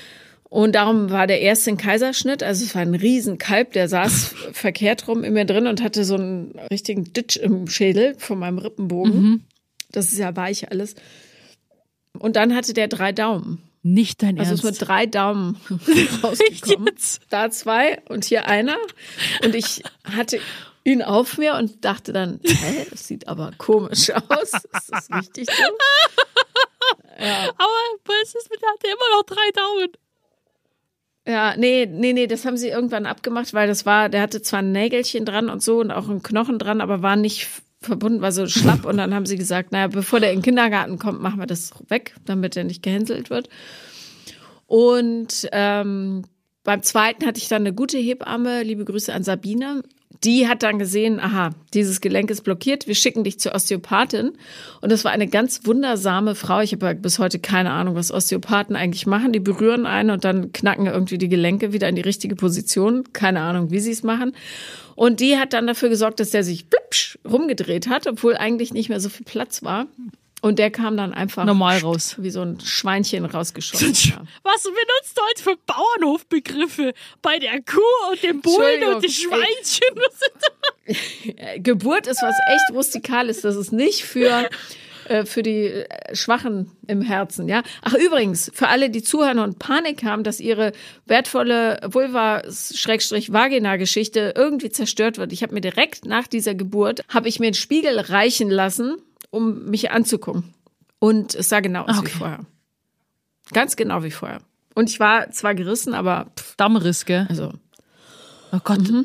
Und darum war der erste ein Kaiserschnitt. Also es war ein Riesenkalb, der saß verkehrt rum in mir drin und hatte so einen richtigen Ditch im Schädel von meinem Rippenbogen. Mhm. Das ist ja weich alles. Und dann hatte der drei Daumen. Nicht dein Also Ernst. ist mit drei Daumen rausgekommen. Jetzt? Da zwei und hier einer. Und ich hatte ihn auf mir und dachte dann, hä, das sieht aber komisch aus. Ist das richtig so? Ja. Aber was ist mit der? Hat der immer noch drei Daumen? Ja, nee, nee, nee, das haben sie irgendwann abgemacht, weil das war, der hatte zwar ein Nägelchen dran und so und auch einen Knochen dran, aber war nicht verbunden, war so schlapp. Und dann haben sie gesagt, naja, bevor der in den Kindergarten kommt, machen wir das weg, damit er nicht gehänselt wird. Und ähm, beim zweiten hatte ich dann eine gute Hebamme, liebe Grüße an Sabine. Die hat dann gesehen, aha, dieses Gelenk ist blockiert, wir schicken dich zur Osteopathin. Und das war eine ganz wundersame Frau. Ich habe ja bis heute keine Ahnung, was Osteopathen eigentlich machen. Die berühren einen und dann knacken irgendwie die Gelenke wieder in die richtige Position. Keine Ahnung, wie sie es machen. Und die hat dann dafür gesorgt, dass der sich blipsch rumgedreht hat, obwohl eigentlich nicht mehr so viel Platz war. Und der kam dann einfach normal raus. Wie so ein Schweinchen rausgeschossen. Ja. Was benutzt du heute für Bauernhofbegriffe? Bei der Kuh und dem Bullen und dem Schweinchen? Geburt ist was echt Rustikales. Das ist nicht für, äh, für die Schwachen im Herzen. Ja. Ach übrigens, für alle, die zuhören und Panik haben, dass ihre wertvolle Vulva-Vagina-Geschichte irgendwie zerstört wird. Ich habe mir direkt nach dieser Geburt, habe ich mir einen Spiegel reichen lassen, um mich anzugucken. Und es sah genau aus okay. wie vorher. Ganz genau wie vorher. Und ich war zwar gerissen, aber... Pff, Dammriss, gell? Also. Oh Gott. Mhm.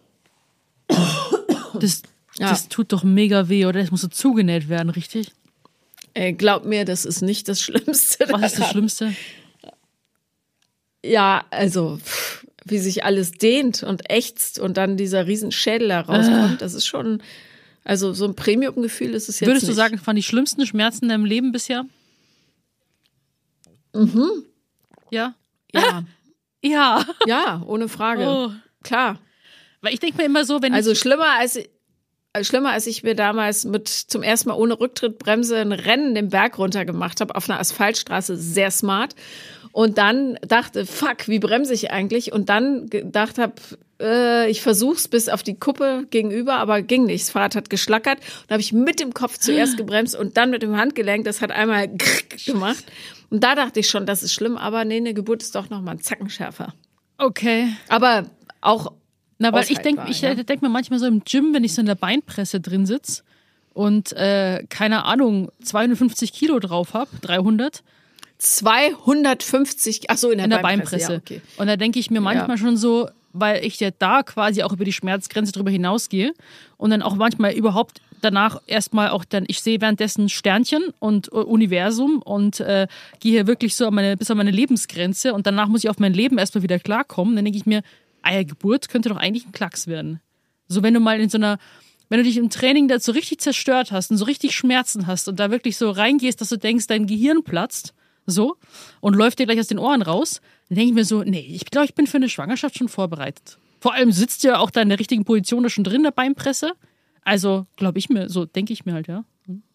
Das, ja. das tut doch mega weh, oder? Das muss so zugenäht werden, richtig? Ey, glaub mir, das ist nicht das Schlimmste. Was ist das Schlimmste? Ja, also... Pff, wie sich alles dehnt und ächzt und dann dieser riesen Schädel da rauskommt, äh. das ist schon... Also so ein Premium-Gefühl ist es jetzt Würdest nicht. du sagen, das waren die schlimmsten Schmerzen in deinem Leben bisher? Mhm. Ja? Ja. Ja. Ja, ohne Frage. Oh. Klar. Weil ich denke mir immer so, wenn Also ich... schlimmer als, schlimmer als ich mir damals mit zum ersten Mal ohne Rücktrittbremse ein Rennen den Berg runter gemacht habe auf einer Asphaltstraße, sehr smart. Und dann dachte, fuck, wie bremse ich eigentlich? Und dann gedacht habe, äh, ich versuch's bis auf die Kuppe gegenüber, aber ging nicht. Das Fahrrad hat geschlackert. Und da habe ich mit dem Kopf zuerst gebremst und dann mit dem Handgelenk. Das hat einmal gemacht. Und da dachte ich schon, das ist schlimm. Aber nee, eine Geburt ist doch noch mal ein Zacken schärfer. Okay. Aber auch Na, weil ich denke ich ja. denk mir manchmal so im Gym, wenn ich so in der Beinpresse drin sitze und, äh, keine Ahnung, zweihundertfünfzig Kilo drauf habe, dreihundert, zweihundertfünfzig, ach so, in der, in der Beinpresse. Beinpresse. Ja, okay. Und da denke ich mir manchmal ja. schon so, weil ich ja da quasi auch über die Schmerzgrenze drüber hinausgehe und dann auch manchmal überhaupt danach erstmal auch dann, ich sehe währenddessen Sternchen und Universum und äh, gehe hier wirklich so an meine, bis an meine Lebensgrenze und danach muss ich auf mein Leben erstmal wieder klarkommen. Dann denke ich mir, Eier, Geburt könnte doch eigentlich ein Klacks werden. So wenn du mal in so einer, wenn du dich im Training da so richtig zerstört hast und so richtig Schmerzen hast und da wirklich so reingehst, dass du denkst, dein Gehirn platzt, so, und läuft dir gleich aus den Ohren raus, dann denke ich mir so, nee, ich glaube, ich bin für eine Schwangerschaft schon vorbereitet. Vor allem sitzt du ja auch da in der richtigen Position da schon drin, der Beinpresse. Also, glaube ich mir, so denke ich mir halt, ja.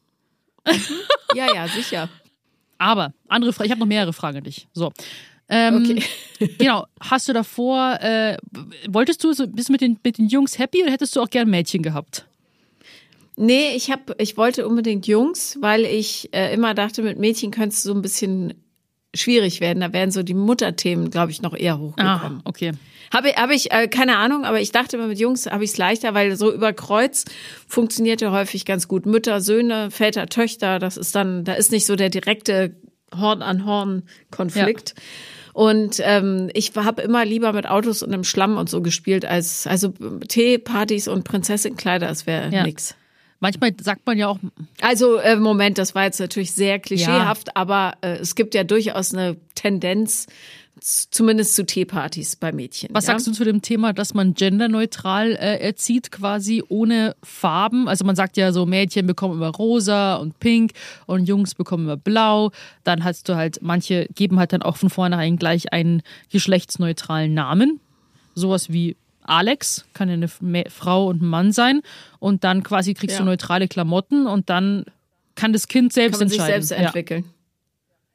Ja, ja, sicher. Aber, andere Frage, ich habe noch mehrere Fragen an dich. So. Ähm, okay. Genau, hast du davor, äh, wolltest du, so, bist du mit den, mit den Jungs happy oder hättest du auch gern Mädchen gehabt? Nee, ich hab, ich wollte unbedingt Jungs, weil ich äh, immer dachte, mit Mädchen könnte es so ein bisschen schwierig werden. Da wären so die Mutterthemen, glaube ich, noch eher hochgekommen. Ah, okay. Habe hab ich, äh, keine Ahnung, aber ich dachte immer, mit Jungs habe ich es leichter, weil so über Kreuz funktioniert ja häufig ganz gut. Mütter, Söhne, Väter, Töchter, das ist dann, da ist nicht so der direkte Horn-an-Horn-Konflikt. Ja. Und ähm, ich habe immer lieber mit Autos und im Schlamm und so gespielt, als also Teepartys und Prinzessinnenkleider, das wäre ja. nix. Manchmal sagt man ja auch... Also, äh, Moment, das war jetzt natürlich sehr klischeehaft, ja. aber äh, es gibt ja durchaus eine Tendenz, zumindest zu Teepartys bei Mädchen. Was ja? sagst du zu dem Thema, dass man genderneutral äh, erzieht, quasi ohne Farben? Also man sagt ja so, Mädchen bekommen immer rosa und pink und Jungs bekommen immer blau. Dann hast du halt, manche geben halt dann auch von vornherein gleich einen geschlechtsneutralen Namen. Sowas wie Alex, kann ja eine Frau und ein Mann sein. Und dann quasi kriegst ja. du neutrale Klamotten und dann kann das Kind selbst kann man entscheiden. sich selbst entwickeln. Ja.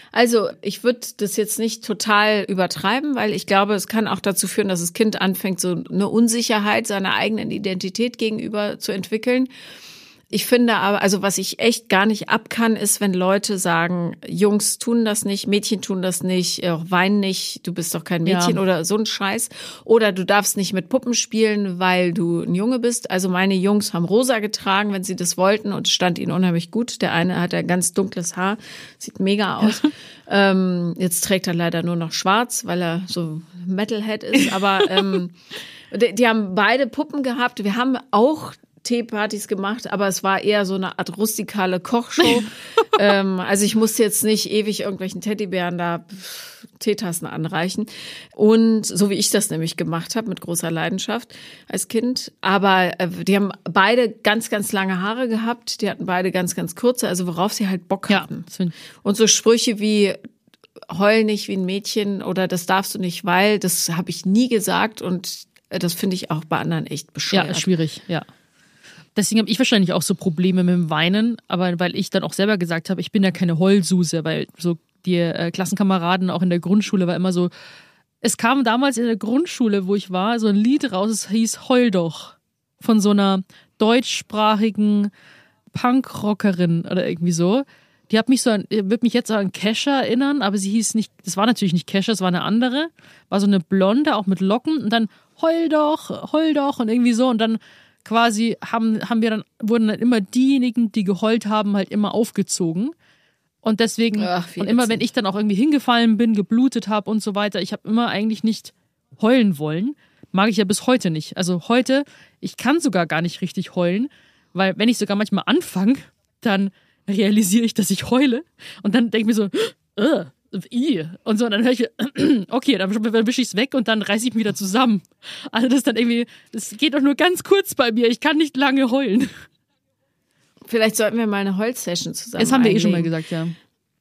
Also ich würde das jetzt nicht total übertreiben, weil ich glaube, es kann auch dazu führen, dass das Kind anfängt, so eine Unsicherheit seiner eigenen Identität gegenüber zu entwickeln. Ich finde aber, also was ich echt gar nicht ab kann, ist, wenn Leute sagen, Jungs tun das nicht, Mädchen tun das nicht, wein nicht, du bist doch kein Mädchen ja. oder so ein Scheiß. Oder du darfst nicht mit Puppen spielen, weil du ein Junge bist. Also meine Jungs haben rosa getragen, wenn sie das wollten und es stand ihnen unheimlich gut. Der eine hat ja ganz dunkles Haar, sieht mega aus. ähm, jetzt trägt er leider nur noch schwarz, weil er so Metalhead ist. Aber ähm, die, die haben beide Puppen gehabt. Wir haben auch Teepartys gemacht, aber es war eher so eine Art rustikale Kochshow. ähm, also ich musste jetzt nicht ewig irgendwelchen Teddybären da Teetassen anreichen. Und so wie ich das nämlich gemacht habe, mit großer Leidenschaft als Kind. Aber äh, die haben beide ganz, ganz lange Haare gehabt. Die hatten beide ganz, ganz kurze, also worauf sie halt Bock hatten. Ja. Und so Sprüche wie heul nicht wie ein Mädchen oder das darfst du nicht, weil, das habe ich nie gesagt und das finde ich auch bei anderen echt bescheuert. Ja, ist schwierig, ja. Deswegen habe ich wahrscheinlich auch so Probleme mit dem Weinen, aber weil ich dann auch selber gesagt habe, ich bin ja keine Heulsuse, weil so die äh, Klassenkameraden auch in der Grundschule war immer so, es kam damals in der Grundschule, wo ich war, so ein Lied raus, es hieß Heul doch, von so einer deutschsprachigen Punkrockerin oder irgendwie so. Die hat mich so an, wird mich jetzt an Kesha erinnern, aber sie hieß nicht, das war natürlich nicht Kesha, es war eine andere, war so eine Blonde, auch mit Locken und dann Heul doch, heul doch und irgendwie so und dann quasi haben, haben wir dann, wurden dann immer diejenigen, die geheult haben, halt immer aufgezogen. Und deswegen, Ach, und immer wenn ich dann auch irgendwie hingefallen bin, geblutet habe und so weiter, ich habe immer eigentlich nicht heulen wollen. Mag ich ja bis heute nicht. Also heute, ich kann sogar gar nicht richtig heulen, weil wenn ich sogar manchmal anfange, dann realisiere ich, dass ich heule. Und dann denke ich mir so, äh, I. Und so, und dann höre ich, okay, dann wische ich es weg und dann reiße ich mich wieder zusammen. Also das ist dann irgendwie, das geht doch nur ganz kurz bei mir. Ich kann nicht lange heulen. Vielleicht sollten wir mal eine Heul-Session zusammen Das haben wir einlegen. eh schon mal gesagt, ja.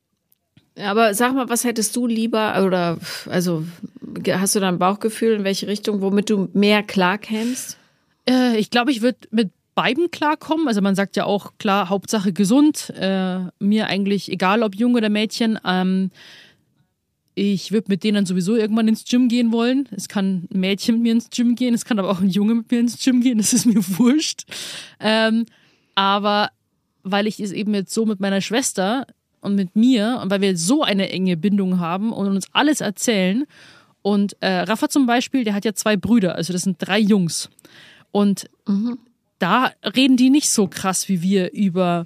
Aber sag mal, was hättest du lieber, oder also hast du da ein Bauchgefühl, in welche Richtung, womit du mehr klarkämst? Äh, ich glaube, ich würde mit beiden klarkommen. Also man sagt ja auch, klar, Hauptsache gesund. Äh, mir eigentlich egal, ob Junge oder Mädchen. Ähm, ich würde mit denen dann sowieso irgendwann ins Gym gehen wollen. Es kann ein Mädchen mit mir ins Gym gehen, es kann aber auch ein Junge mit mir ins Gym gehen. Das ist mir wurscht. Ähm, aber weil ich es eben jetzt so mit meiner Schwester und mit mir und weil wir so eine enge Bindung haben und uns alles erzählen. Und äh, Rafa zum Beispiel, der hat ja zwei Brüder, also das sind drei Jungs. Und mhm. da reden die nicht so krass wie wir über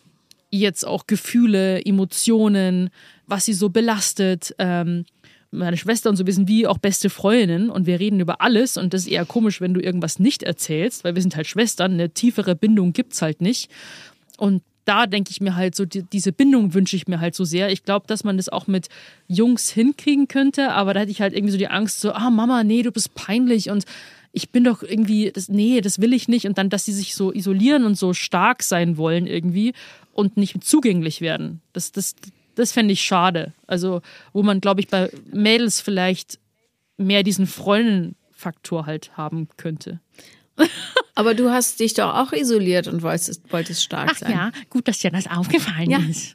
jetzt auch Gefühle, Emotionen, was sie so belastet. Ähm, meine Schwester und so, wir sind wie auch beste Freundinnen und wir reden über alles und das ist eher komisch, wenn du irgendwas nicht erzählst, weil wir sind halt Schwestern, eine tiefere Bindung gibt's halt nicht. Und da denke ich mir halt so, die, diese Bindung wünsche ich mir halt so sehr. Ich glaube, dass man das auch mit Jungs hinkriegen könnte, aber da hätte ich halt irgendwie so die Angst, so, ah Mama, nee, du bist peinlich und ich bin doch irgendwie, das, nee, das will ich nicht. Und dann, dass sie sich so isolieren und so stark sein wollen irgendwie und nicht zugänglich werden. Das, das, das fände ich schade. Also, wo man, glaube ich, bei Mädels vielleicht mehr diesen Freundenfaktor halt haben könnte. Aber du hast dich doch auch isoliert und wolltest, wolltest stark Ach sein. Ja, gut, dass dir das aufgefallen ja. ist.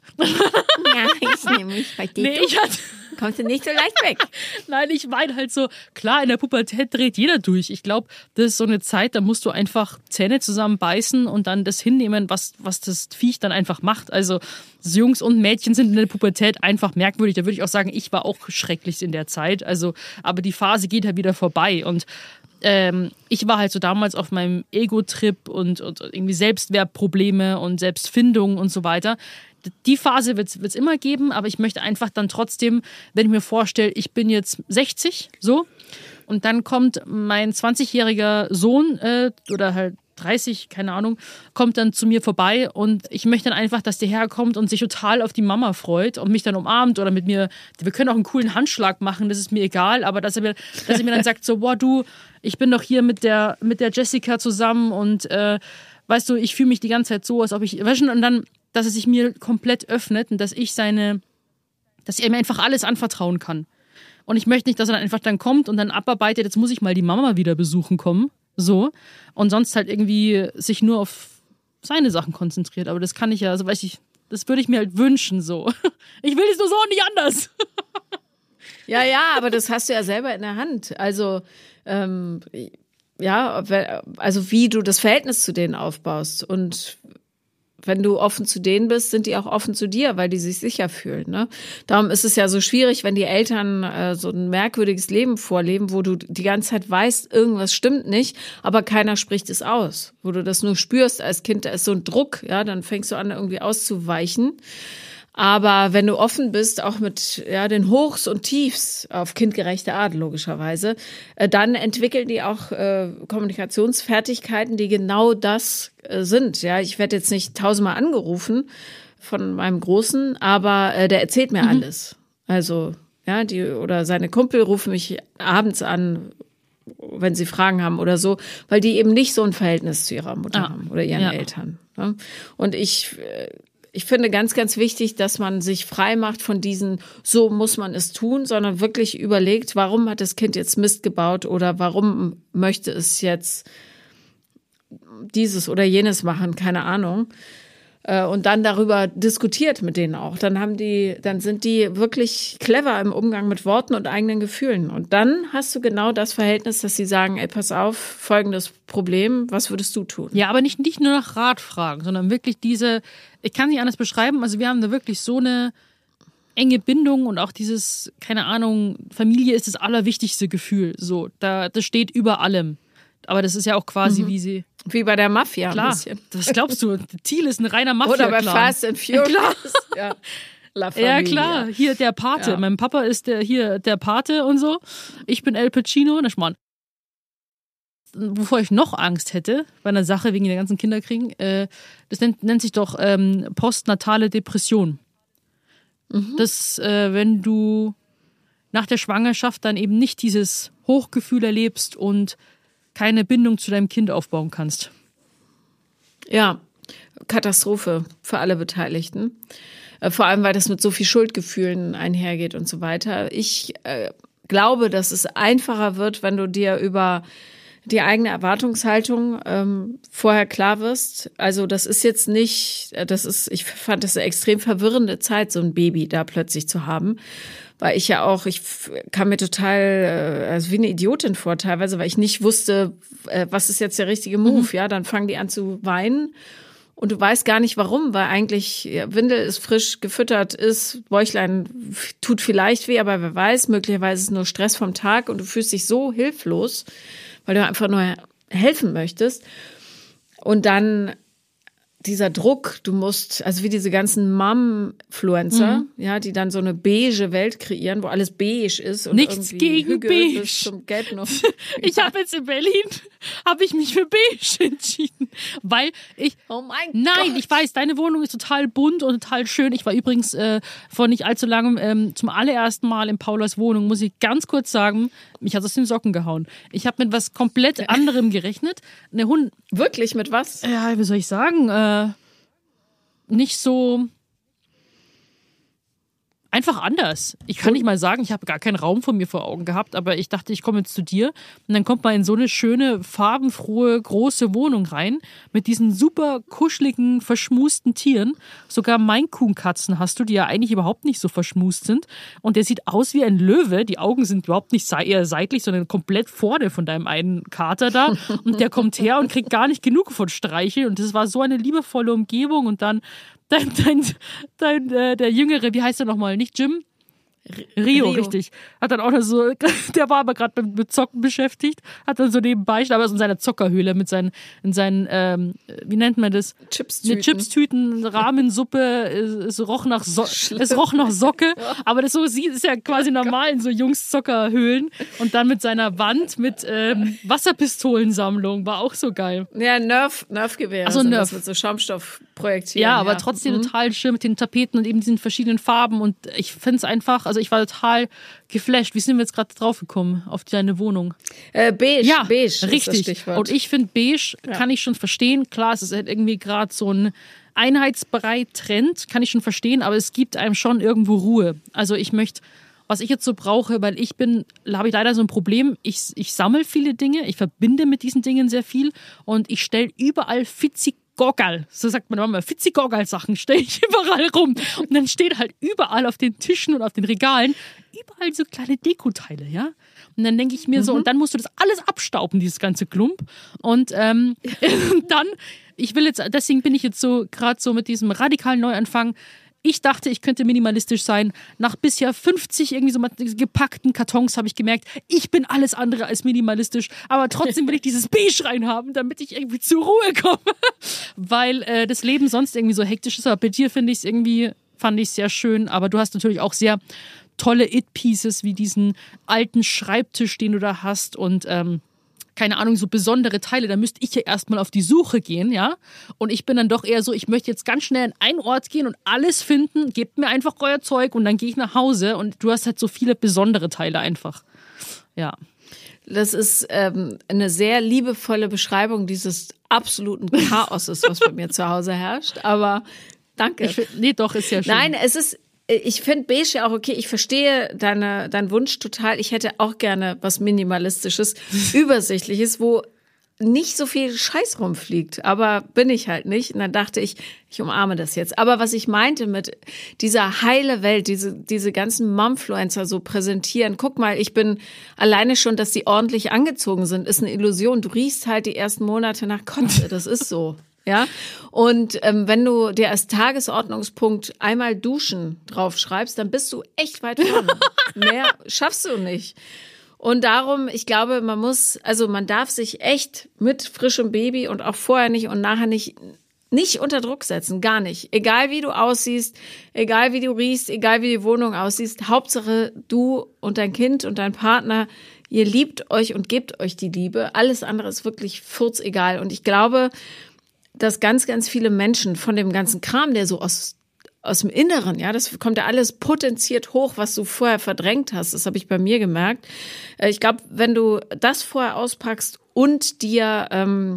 Ja, ich nämlich bei dir. Nee, ich hatte... Kommst du nicht so leicht weg. Nein, ich meine halt so, klar, in der Pubertät dreht jeder durch. Ich glaube, das ist so eine Zeit, da musst du einfach Zähne zusammenbeißen und dann das hinnehmen, was, was das Viech dann einfach macht. Also Jungs und Mädchen sind in der Pubertät einfach merkwürdig. Da würde ich auch sagen, ich war auch schrecklich in der Zeit. Also, aber die Phase geht halt wieder vorbei und ähm, ich war halt so damals auf meinem Ego-Trip und, und irgendwie Selbstwertprobleme und Selbstfindung und so weiter. Die Phase wird es immer geben, aber ich möchte einfach dann trotzdem, wenn ich mir vorstelle, ich bin jetzt sechzig, so, und dann kommt mein zwanzigjähriger Sohn äh, oder halt dreißig, keine Ahnung, kommt dann zu mir vorbei und ich möchte dann einfach, dass der herkommt und sich total auf die Mama freut und mich dann umarmt oder mit mir, wir können auch einen coolen Handschlag machen, das ist mir egal, aber dass er mir, dass er mir dann sagt so, boah du, ich bin doch hier mit der, mit der Jessica zusammen und äh, weißt du, ich fühle mich die ganze Zeit so, als ob ich, weißt du, und dann dass er sich mir komplett öffnet und dass ich seine, dass er mir einfach alles anvertrauen kann. Und ich möchte nicht, dass er dann einfach dann kommt und dann abarbeitet, jetzt muss ich mal die Mama wieder besuchen kommen, so, und sonst halt irgendwie sich nur auf seine Sachen konzentriert. Aber das kann ich ja, also weiß ich, Das würde ich mir halt wünschen so. Ich will es nur so und nicht anders. Ja, ja, aber das hast du ja selber in der Hand. Also, ähm, ja, also wie du das Verhältnis zu denen aufbaust. Und wenn du offen zu denen bist, sind die auch offen zu dir, weil die sich sicher fühlen. Ne? Darum ist es ja so schwierig, wenn die Eltern äh, so ein merkwürdiges Leben vorleben, wo du die ganze Zeit weißt, irgendwas stimmt nicht, aber keiner spricht es aus. Wo du das nur spürst als Kind, da ist so ein Druck, ja, dann fängst du an, irgendwie auszuweichen. Aber wenn du offen bist, auch mit ja den Hochs und Tiefs auf kindgerechte Art logischerweise, äh, dann entwickeln die auch äh, Kommunikationsfertigkeiten, die genau das äh, sind. Ja, ich werde jetzt nicht tausendmal angerufen von meinem Großen, aber äh, der erzählt mir mhm. alles. Also ja, die oder seine Kumpel rufen mich abends an, wenn sie Fragen haben oder so, weil die eben nicht so ein Verhältnis zu ihrer Mutter ah, haben oder ihren ja. Eltern. Ne? Und ich äh, Ich finde ganz, ganz wichtig, dass man sich frei macht von diesen, so muss man es tun, sondern wirklich überlegt, warum hat das Kind jetzt Mist gebaut oder warum möchte es jetzt dieses oder jenes machen, keine Ahnung. Und dann darüber diskutiert mit denen auch. Dann haben die, dann sind die wirklich clever im Umgang mit Worten und eigenen Gefühlen. Und dann hast du genau das Verhältnis, dass sie sagen, ey, pass auf, folgendes Problem, was würdest du tun? Ja, aber nicht, nicht nur nach Rat fragen, sondern wirklich diese, ich kann nicht anders beschreiben, also wir haben da wirklich so eine enge Bindung und auch dieses, keine Ahnung, Familie ist das allerwichtigste Gefühl. So, da, das steht über allem. Aber das ist ja auch quasi, mhm. wie sie... Wie bei der Mafia Klar, ein bisschen. Was glaubst du? Thiel ist ein reiner Mafia. Oder bei Fast and Furious. Ja, La ja klar, hier der Pate. Ja. Mein Papa ist der, hier der Pate und so. Ich bin El Pacino. Na schmarrn. Wovor ich noch Angst hätte, bei einer Sache wegen der ganzen Kinderkriegen, äh, das nennt, nennt sich doch ähm, postnatale Depression. Mhm. Das, äh, wenn du nach der Schwangerschaft dann eben nicht dieses Hochgefühl erlebst und keine Bindung zu deinem Kind aufbauen kannst. Ja, Katastrophe für alle Beteiligten. Vor allem, weil das mit so viel Schuldgefühlen einhergeht und so weiter. Ich äh, glaube, dass es einfacher wird, wenn du dir über die eigene Erwartungshaltung ähm, vorher klar wirst. Also das ist jetzt nicht, das ist, ich fand das eine extrem verwirrende Zeit, so ein Baby da plötzlich zu haben. Weil ich ja auch, ich kam mir total, also wie eine Idiotin vor teilweise, weil ich nicht wusste, was ist jetzt der richtige Move, mhm. ja, dann fangen die an zu weinen und du weißt gar nicht warum, weil eigentlich ja, Windel ist frisch gefüttert, ist, Bäuchlein tut vielleicht weh, aber wer weiß, möglicherweise ist es nur Stress vom Tag und du fühlst dich so hilflos, weil du einfach nur helfen möchtest und dann dieser Druck, du musst, also wie diese ganzen Mom-Fluencer, mhm. ja, die dann so eine beige Welt kreieren, wo alles beige ist. Und nichts gegen Hügel beige. Bis zum Gelb noch. Ich habe jetzt in Berlin, habe ich mich für beige entschieden, weil ich, oh mein nein, Gott. Ich weiß, deine Wohnung ist total bunt und total schön. Ich war übrigens äh, vor nicht allzu langem ähm, zum allerersten Mal in Paulas Wohnung, muss ich ganz kurz sagen, mich hat es aus den Socken gehauen. Ich habe mit was komplett anderem gerechnet. Eine Hund. Wirklich, mit was? Ja, wie soll ich sagen, äh, nicht so einfach anders. Ich kann nicht mal sagen, ich habe gar keinen Raum von mir vor Augen gehabt, aber ich dachte, ich komme jetzt zu dir und dann kommt man in so eine schöne, farbenfrohe, große Wohnung rein mit diesen super kuscheligen, verschmusten Tieren. Sogar Maine-Coon-Katzen hast du, die ja eigentlich überhaupt nicht so verschmust sind und der sieht aus wie ein Löwe. Die Augen sind überhaupt nicht eher seitlich, sondern komplett vorne von deinem einen Kater da und der kommt her und kriegt gar nicht genug von Streicheln und das war so eine liebevolle Umgebung und dann Dein, dein, dein äh, der Jüngere, wie heißt er nochmal? Nicht Jim? Rio, Rio, richtig. Hat dann auch noch so, der war aber gerade mit, mit Zocken beschäftigt, hat dann so nebenbei, aber so in seiner Zockerhöhle mit seinen, in seinen, ähm, wie nennt man das? Chipstüten. Eine Chipstüten, Rahmensuppe, es, es roch nach so es roch nach Socke, aber das so sieht, ist ja quasi normal in so Jungs-Zockerhöhlen und dann mit seiner Wand mit ähm, Wasserpistolensammlung, war auch so geil. Ja, Nerf, Nerf-Gewehr. Also Nerf. Mit so Schaumstoffprojektilen. Ja, aber ja. trotzdem mhm. total schön mit den Tapeten und eben diesen verschiedenen Farben und ich finde es einfach, also ich war total geflasht. Wie sind wir jetzt gerade drauf gekommen auf deine Wohnung? Äh, beige, ja, beige richtig. Ist das Stichwort. Und ich finde beige, ja. kann ich schon verstehen. Klar, es ist halt irgendwie gerade so ein einheitsbereit Trend, kann ich schon verstehen, aber es gibt einem schon irgendwo Ruhe. Also ich möchte, was ich jetzt so brauche, weil ich bin, habe ich leider so ein Problem, ich, ich sammle viele Dinge, ich verbinde mit diesen Dingen sehr viel und ich stelle überall fitzig Goggal, so sagt man immer, Fitzi-Goggal-Sachen stelle ich überall rum. Und dann steht halt überall auf den Tischen und auf den Regalen überall so kleine Dekoteile, ja. Und dann denke ich mir mhm. so, und dann musst du das alles abstauben, dieses ganze Klump. Und ähm, dann, ich will jetzt, deswegen bin ich jetzt so gerade so mit diesem radikalen Neuanfang. Ich dachte, ich könnte minimalistisch sein. Nach bisher fünfzig irgendwie so gepackten Kartons habe ich gemerkt, ich bin alles andere als minimalistisch. Aber trotzdem will ich dieses Beige reinhaben, damit ich irgendwie zur Ruhe komme. Weil äh, das Leben sonst irgendwie so hektisch ist. Aber bei dir finde ich es irgendwie, fand ich sehr schön. Aber du hast natürlich auch sehr tolle It-Pieces, wie diesen alten Schreibtisch, den du da hast. Und ähm, keine Ahnung, so besondere Teile, da müsste ich ja erstmal auf die Suche gehen, ja. Und ich bin dann doch eher so, ich möchte jetzt ganz schnell an einen Ort gehen und alles finden, gebt mir einfach euer Zeug und dann gehe ich nach Hause und du hast halt so viele besondere Teile einfach. Ja. Das ist ähm, eine sehr liebevolle Beschreibung dieses absoluten Chaoses, was bei mir zu Hause herrscht, aber danke. Ich, nee, doch, ist ja schön. Nein, es ist, ich finde beige ja auch okay. Ich verstehe deine, deinen Wunsch total. Ich hätte auch gerne was Minimalistisches, Übersichtliches, wo nicht so viel Scheiß rumfliegt. Aber bin ich halt nicht. Und dann dachte ich, ich umarme das jetzt. Aber was ich meinte mit dieser heile Welt, diese, diese ganzen Momfluencer so präsentieren. Guck mal, ich bin alleine schon, dass die ordentlich angezogen sind, ist eine Illusion. Du riechst halt die ersten Monate nach Kotze. Das ist so. Ja, und ähm, wenn du dir als Tagesordnungspunkt einmal duschen draufschreibst, dann bist du echt weit vorne. Mehr schaffst du nicht. Und darum, ich glaube, man muss, also man darf sich echt mit frischem Baby und auch vorher nicht und nachher nicht, nicht unter Druck setzen, gar nicht. Egal wie du aussiehst, egal wie du riechst, egal wie die Wohnung aussieht, Hauptsache du und dein Kind und dein Partner, ihr liebt euch und gebt euch die Liebe. Alles andere ist wirklich furzegal. Und ich glaube, dass ganz, ganz viele Menschen von dem ganzen Kram, der so aus, aus dem Inneren, ja, das kommt ja alles potenziert hoch, was du vorher verdrängt hast. Das habe ich bei mir gemerkt. Ich glaube, wenn du das vorher auspackst und dir ähm,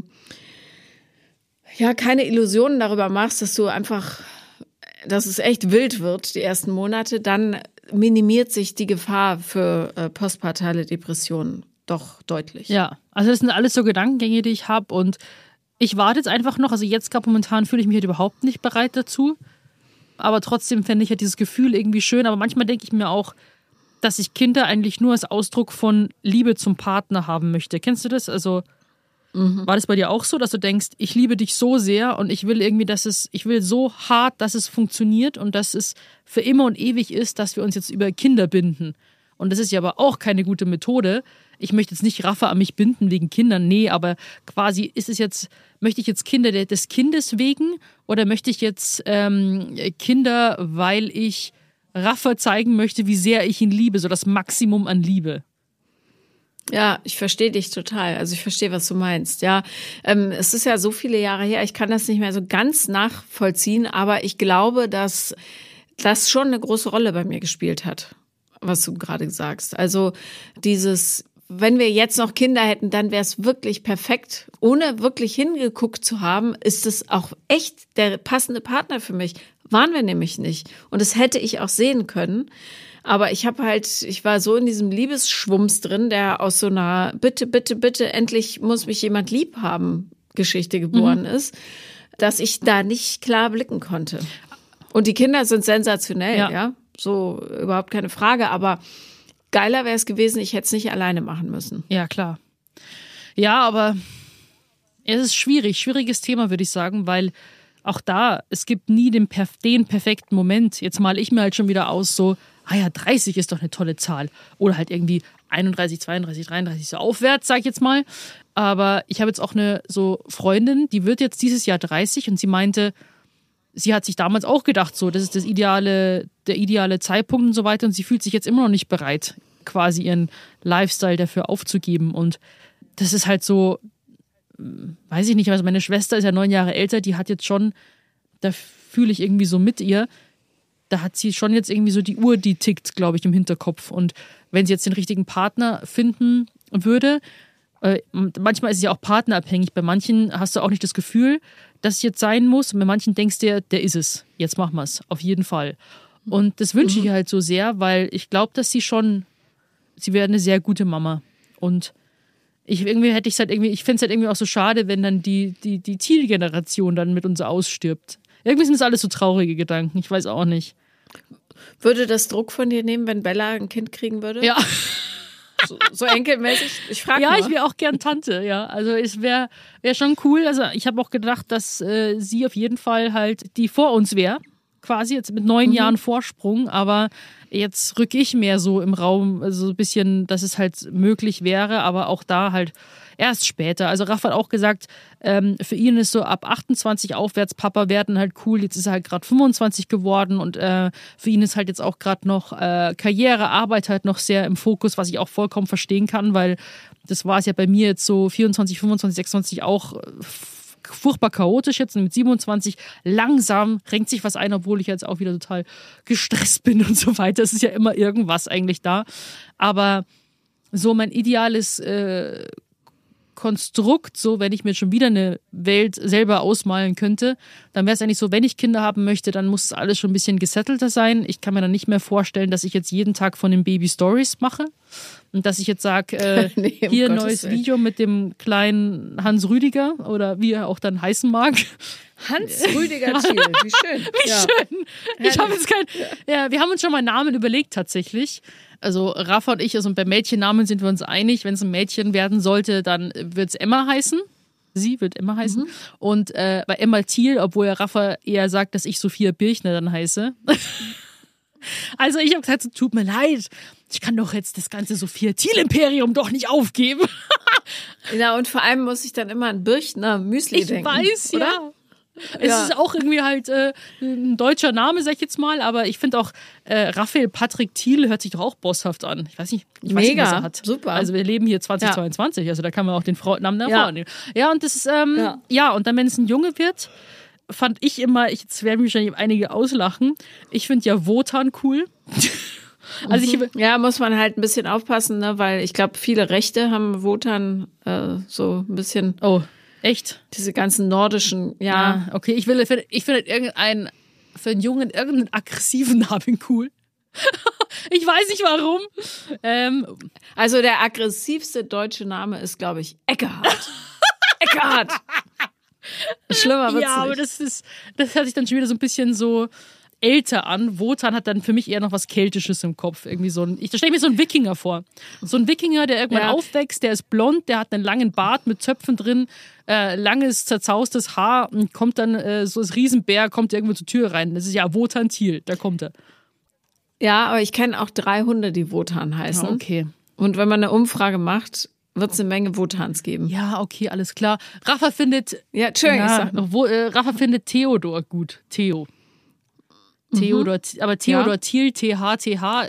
ja keine Illusionen darüber machst, dass du einfach, dass es echt wild wird, die ersten Monate, dann minimiert sich die Gefahr für äh, postpartale Depressionen doch deutlich. Ja, also das sind alles so Gedankengänge, die ich habe und ich warte jetzt einfach noch, also jetzt gerade momentan fühle ich mich halt überhaupt nicht bereit dazu, aber trotzdem fände ich halt dieses Gefühl irgendwie schön, aber manchmal denke ich mir auch, dass ich Kinder eigentlich nur als Ausdruck von Liebe zum Partner haben möchte. Kennst du das? Also mhm. War das bei dir auch so, dass du denkst, ich liebe dich so sehr und ich will irgendwie, dass es, ich will so hart, dass es funktioniert und dass es für immer und ewig ist, dass wir uns jetzt über Kinder binden. Und das ist ja aber auch keine gute Methode. Ich möchte jetzt nicht Rafa an mich binden wegen Kindern, nee, aber quasi ist es jetzt, möchte ich jetzt Kinder des Kindes wegen oder möchte ich jetzt ähm, Kinder, weil ich Rafa zeigen möchte, wie sehr ich ihn liebe, so das Maximum an Liebe. Ja, ich verstehe dich total. Also ich verstehe, was du meinst. Ja, ähm, es ist ja so viele Jahre her, ich kann das nicht mehr so ganz nachvollziehen, aber ich glaube, dass das schon eine große Rolle bei mir gespielt hat, was du gerade sagst. Also dieses, wenn wir jetzt noch Kinder hätten, dann wäre es wirklich perfekt. Ohne wirklich hingeguckt zu haben, ist es auch echt der passende Partner für mich. Waren wir nämlich nicht. Und das hätte ich auch sehen können. Aber ich habe halt, ich war so in diesem Liebesschwumms drin, der aus so einer Bitte, bitte, bitte, endlich muss mich jemand lieb haben Geschichte geboren mhm. ist, dass ich da nicht klar blicken konnte. Und die Kinder sind sensationell, ja, ja? So überhaupt keine Frage, aber geiler wäre es gewesen, ich hätte es nicht alleine machen müssen. Ja, klar. Ja, aber es ist schwierig, schwieriges Thema, würde ich sagen, weil auch da, es gibt nie den, perf- den perfekten Moment. Jetzt male ich mir halt schon wieder aus, so, ah ja, dreißig ist doch eine tolle Zahl. Oder halt irgendwie einunddreißig, zweiunddreißig, dreiunddreißig, so aufwärts, sag ich jetzt mal. Aber ich habe jetzt auch eine so Freundin, die wird jetzt dieses Jahr dreißig und sie meinte, sie hat sich damals auch gedacht, so, das ist das ideale, der ideale Zeitpunkt und so weiter und sie fühlt sich jetzt immer noch nicht bereit, quasi ihren Lifestyle dafür aufzugeben und das ist halt so, weiß ich nicht, also meine Schwester ist ja neun Jahre älter, die hat jetzt schon, da fühle ich irgendwie so mit ihr, da hat sie schon jetzt irgendwie so die Uhr, die tickt, glaube ich, im Hinterkopf und wenn sie jetzt den richtigen Partner finden würde, äh, manchmal ist es ja auch partnerabhängig, bei manchen hast du auch nicht das Gefühl, dass es jetzt sein muss. Und bei manchen denkst du, der ist es. Jetzt machen wir es. Auf jeden Fall. Und das wünsche ich ihr halt so sehr, weil ich glaube, dass sie schon, sie wäre eine sehr gute Mama. Und ich irgendwie hätte ich halt irgendwie, ich fände es halt irgendwie auch so schade, wenn dann die, die, die Thiel-Generation dann mit uns ausstirbt. Irgendwie sind das alles so traurige Gedanken, ich weiß auch nicht. Würde das Druck von dir nehmen, wenn Bella ein Kind kriegen würde? Ja. So, so enkelmäßig? Ich frage Ja, mal. ich wäre auch gern Tante, ja. Also es wäre wär schon cool. Also ich habe auch gedacht, dass äh, sie auf jeden Fall halt die vor uns wäre. Quasi jetzt mit neun mhm. Jahren Vorsprung, aber jetzt rücke ich mehr so im Raum, also ein bisschen, dass es halt möglich wäre, aber auch da halt erst später. Also Raff hat auch gesagt, ähm, für ihn ist so ab achtundzwanzig aufwärts Papa werden halt cool. Jetzt ist er halt gerade fünfundzwanzig geworden und äh, für ihn ist halt jetzt auch gerade noch äh, Karriere, Arbeit halt noch sehr im Fokus, was ich auch vollkommen verstehen kann, weil das war es ja bei mir jetzt so vierundzwanzig, fünfundzwanzig, sechsundzwanzig auch äh, furchtbar chaotisch jetzt und mit siebenundzwanzig langsam renkt sich was ein, obwohl ich jetzt auch wieder total gestresst bin und so weiter. Es ist ja immer irgendwas eigentlich da. Aber so mein ideales äh, Konstrukt, so wenn ich mir schon wieder eine Welt selber ausmalen könnte, dann wäre es eigentlich so, wenn ich Kinder haben möchte, dann muss es alles schon ein bisschen gesettelter sein. Ich kann mir dann nicht mehr vorstellen, dass ich jetzt jeden Tag von dem Baby Stories mache und dass ich jetzt sage, äh, nee, um hier ein neues Willen. Video mit dem kleinen Hans Rüdiger oder wie er auch dann heißen mag. Hans Rüdiger Thiel, wie schön. Wie ja. schön. Ich habe jetzt kein, ja, wir haben uns schon mal Namen überlegt tatsächlich. Also Rafa und ich, also bei Mädchennamen sind wir uns einig. Wenn es ein Mädchen werden sollte, dann wird es Emma heißen. Sie wird Emma heißen. Mhm. Und äh, bei Emma Thiel, obwohl ja Rafa eher sagt, dass ich Sophia Birchner dann heiße. Also ich habe gesagt, so, tut mir leid, ich kann doch jetzt das ganze Sophia Thiel-Imperium doch nicht aufgeben. Ja, und vor allem muss ich dann immer an Birchner Müsli ich denken. Ich weiß, oder? ja. Es ja. ist auch irgendwie halt äh, ein deutscher Name, sag ich jetzt mal, aber ich finde auch, äh, Raphael Patrick Thiel hört sich doch auch bosshaft an. Ich weiß nicht, ich weiß Mega, nicht, was er hat. Super. Also wir leben hier zweitausendzweiundzwanzig, ja. Also da kann man auch den Frau Namen der ja. Frau nehmen. Ja, und das ist, ähm, ja. ja, und dann, wenn es ein Junge wird, fand ich immer, ich, jetzt werden mich wahrscheinlich einige auslachen, ich finde ja Wotan cool. Also ich, ja, muss man halt ein bisschen aufpassen, ne, weil ich glaube, viele Rechte haben Wotan äh, so ein bisschen. Oh. Echt? Diese ganzen nordischen, ja. ja okay, ich will, ich finde irgendeinen, für einen Jungen irgendeinen aggressiven Namen cool. Ich weiß nicht warum. Ähm, also der aggressivste deutsche Name ist, glaube ich, Eckehard. Eckehard. Schlimmer wird's ja, nicht. Aber das ist, das hört sich dann schon wieder so ein bisschen so älter an. Wotan hat dann für mich eher noch was Keltisches im Kopf. Irgendwie so ein, ich stelle mir so einen Wikinger vor. So ein Wikinger, der irgendwann ja. aufwächst, der ist blond, der hat einen langen Bart mit Zöpfen drin, äh, langes, zerzaustes Haar und kommt dann, äh, so als Riesenbär, kommt irgendwo zur Tür rein. Das ist ja Wotan Thiel, da kommt er. Ja, aber ich kenne auch drei Hunde, die Wotan heißen. Ja, okay. Und wenn man eine Umfrage macht, wird es eine Menge Wotans geben. Ja, okay, alles klar. Rafa findet, ja, Entschuldigung, ja, wo, äh, Rafa findet Theodor gut. Theo. Theodor, mhm. aber Theodor ja. Thiel, T H T H.